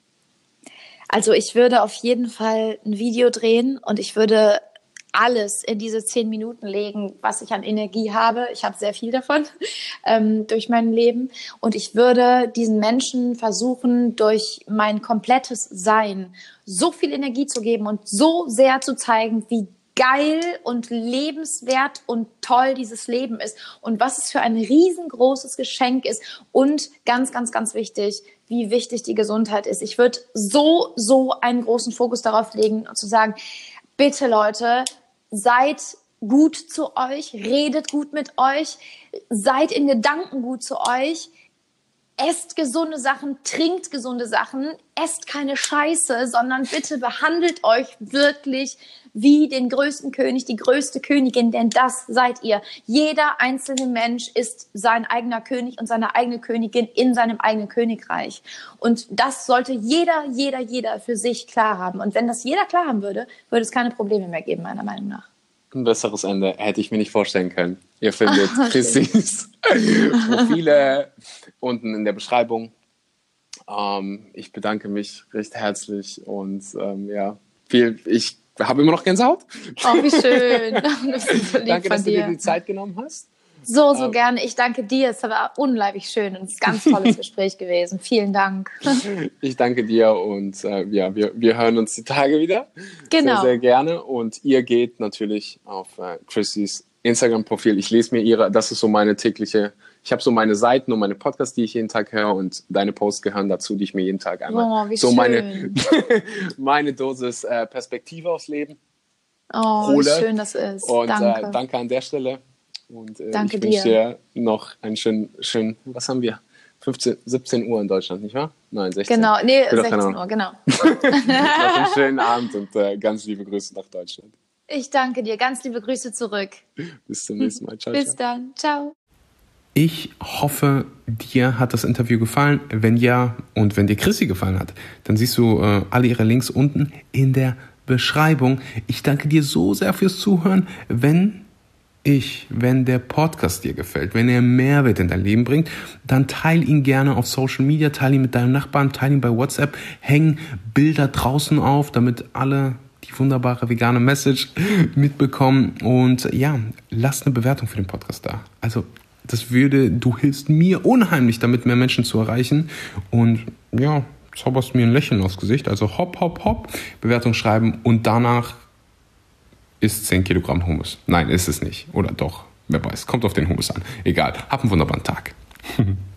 Also ich würde auf jeden Fall ein Video drehen und ich würde alles in diese zehn Minuten legen, was ich an Energie habe. Ich habe sehr viel davon ähm, durch mein Leben. Und ich würde diesen Menschen versuchen, durch mein komplettes Sein so viel Energie zu geben und so sehr zu zeigen, wie geil und lebenswert und toll dieses Leben ist und was es für ein riesengroßes Geschenk ist und ganz, ganz, ganz wichtig, wie wichtig die Gesundheit ist. Ich würde so, so einen großen Fokus darauf legen und zu sagen, bitte Leute, seid gut zu euch, redet gut mit euch, seid in Gedanken gut zu euch, esst gesunde Sachen, trinkt gesunde Sachen, esst keine Scheiße, sondern bitte behandelt euch wirklich wie den größten König, die größte Königin, denn das seid ihr. Jeder einzelne Mensch ist sein eigener König und seine eigene Königin in seinem eigenen Königreich. Und das sollte jeder, jeder, jeder für sich klar haben. Und wenn das jeder klar haben würde, würde es keine Probleme mehr geben, meiner Meinung nach. Ein besseres Ende hätte ich mir nicht vorstellen können. Ihr findet Christins Profile unten in der Beschreibung. Ähm, ich bedanke mich recht herzlich und ähm, ja, viel, ich habe immer noch Gänsehaut. Oh, wie schön. Das ist so lieb Danke, von dass du dir dir. die Zeit genommen hast. So, so Ähm. gerne. Ich danke dir. Es war unglaublich schön und es ist ein ganz tolles Gespräch gewesen. Vielen Dank. Ich danke dir und äh, ja, wir, wir hören uns die Tage wieder. Genau. Sehr, sehr gerne. Und ihr geht natürlich auf äh, Chrissys Instagram-Profil. Ich lese mir ihre, das ist so meine tägliche, ich habe so meine Seiten und meine Podcasts, die ich jeden Tag höre und deine Posts gehören dazu, die ich mir jeden Tag einmal, Oh, wie so schön. meine, meine Dosis äh, Perspektive aufs Leben Oh, hole. wie schön das ist. Und Danke. Äh, danke an der Stelle. Und äh, Danke ich wünsche dir. dir noch einen schönen, schönen, was haben wir? fünfzehn, siebzehn Uhr in Deutschland, nicht wahr? Nein, sechzehn. Genau, nee, Oder keine sechzehn Ahnung. Uhr, genau. Noch einen schönen Abend und äh, ganz liebe Grüße nach Deutschland. Ich danke dir. Ganz liebe Grüße zurück. Bis zum nächsten Mal. Ciao, Bis ciao. dann. Ciao. Ich hoffe, dir hat das Interview gefallen. Wenn ja und wenn dir Chrissy gefallen hat, dann siehst du äh, alle ihre Links unten in der Beschreibung. Ich danke dir so sehr fürs Zuhören. Wenn ich, wenn der Podcast dir gefällt, wenn er Mehrwert in dein Leben bringt, dann teile ihn gerne auf Social Media, teile ihn mit deinem Nachbarn, teile ihn bei WhatsApp, häng Bilder draußen auf, damit alle, die wunderbare vegane Message mitbekommen. Und ja, lasst eine Bewertung für den Podcast da. Also das würde, du hilfst mir unheimlich, damit mehr Menschen zu erreichen. Und ja, zauberst mir ein Lächeln aufs Gesicht. Also hopp, hopp, hopp, Bewertung schreiben und danach ist zehn Kilogramm Hummus. Nein, ist es nicht. Oder doch, wer weiß, kommt auf den Hummus an. Egal, hab einen wunderbaren Tag.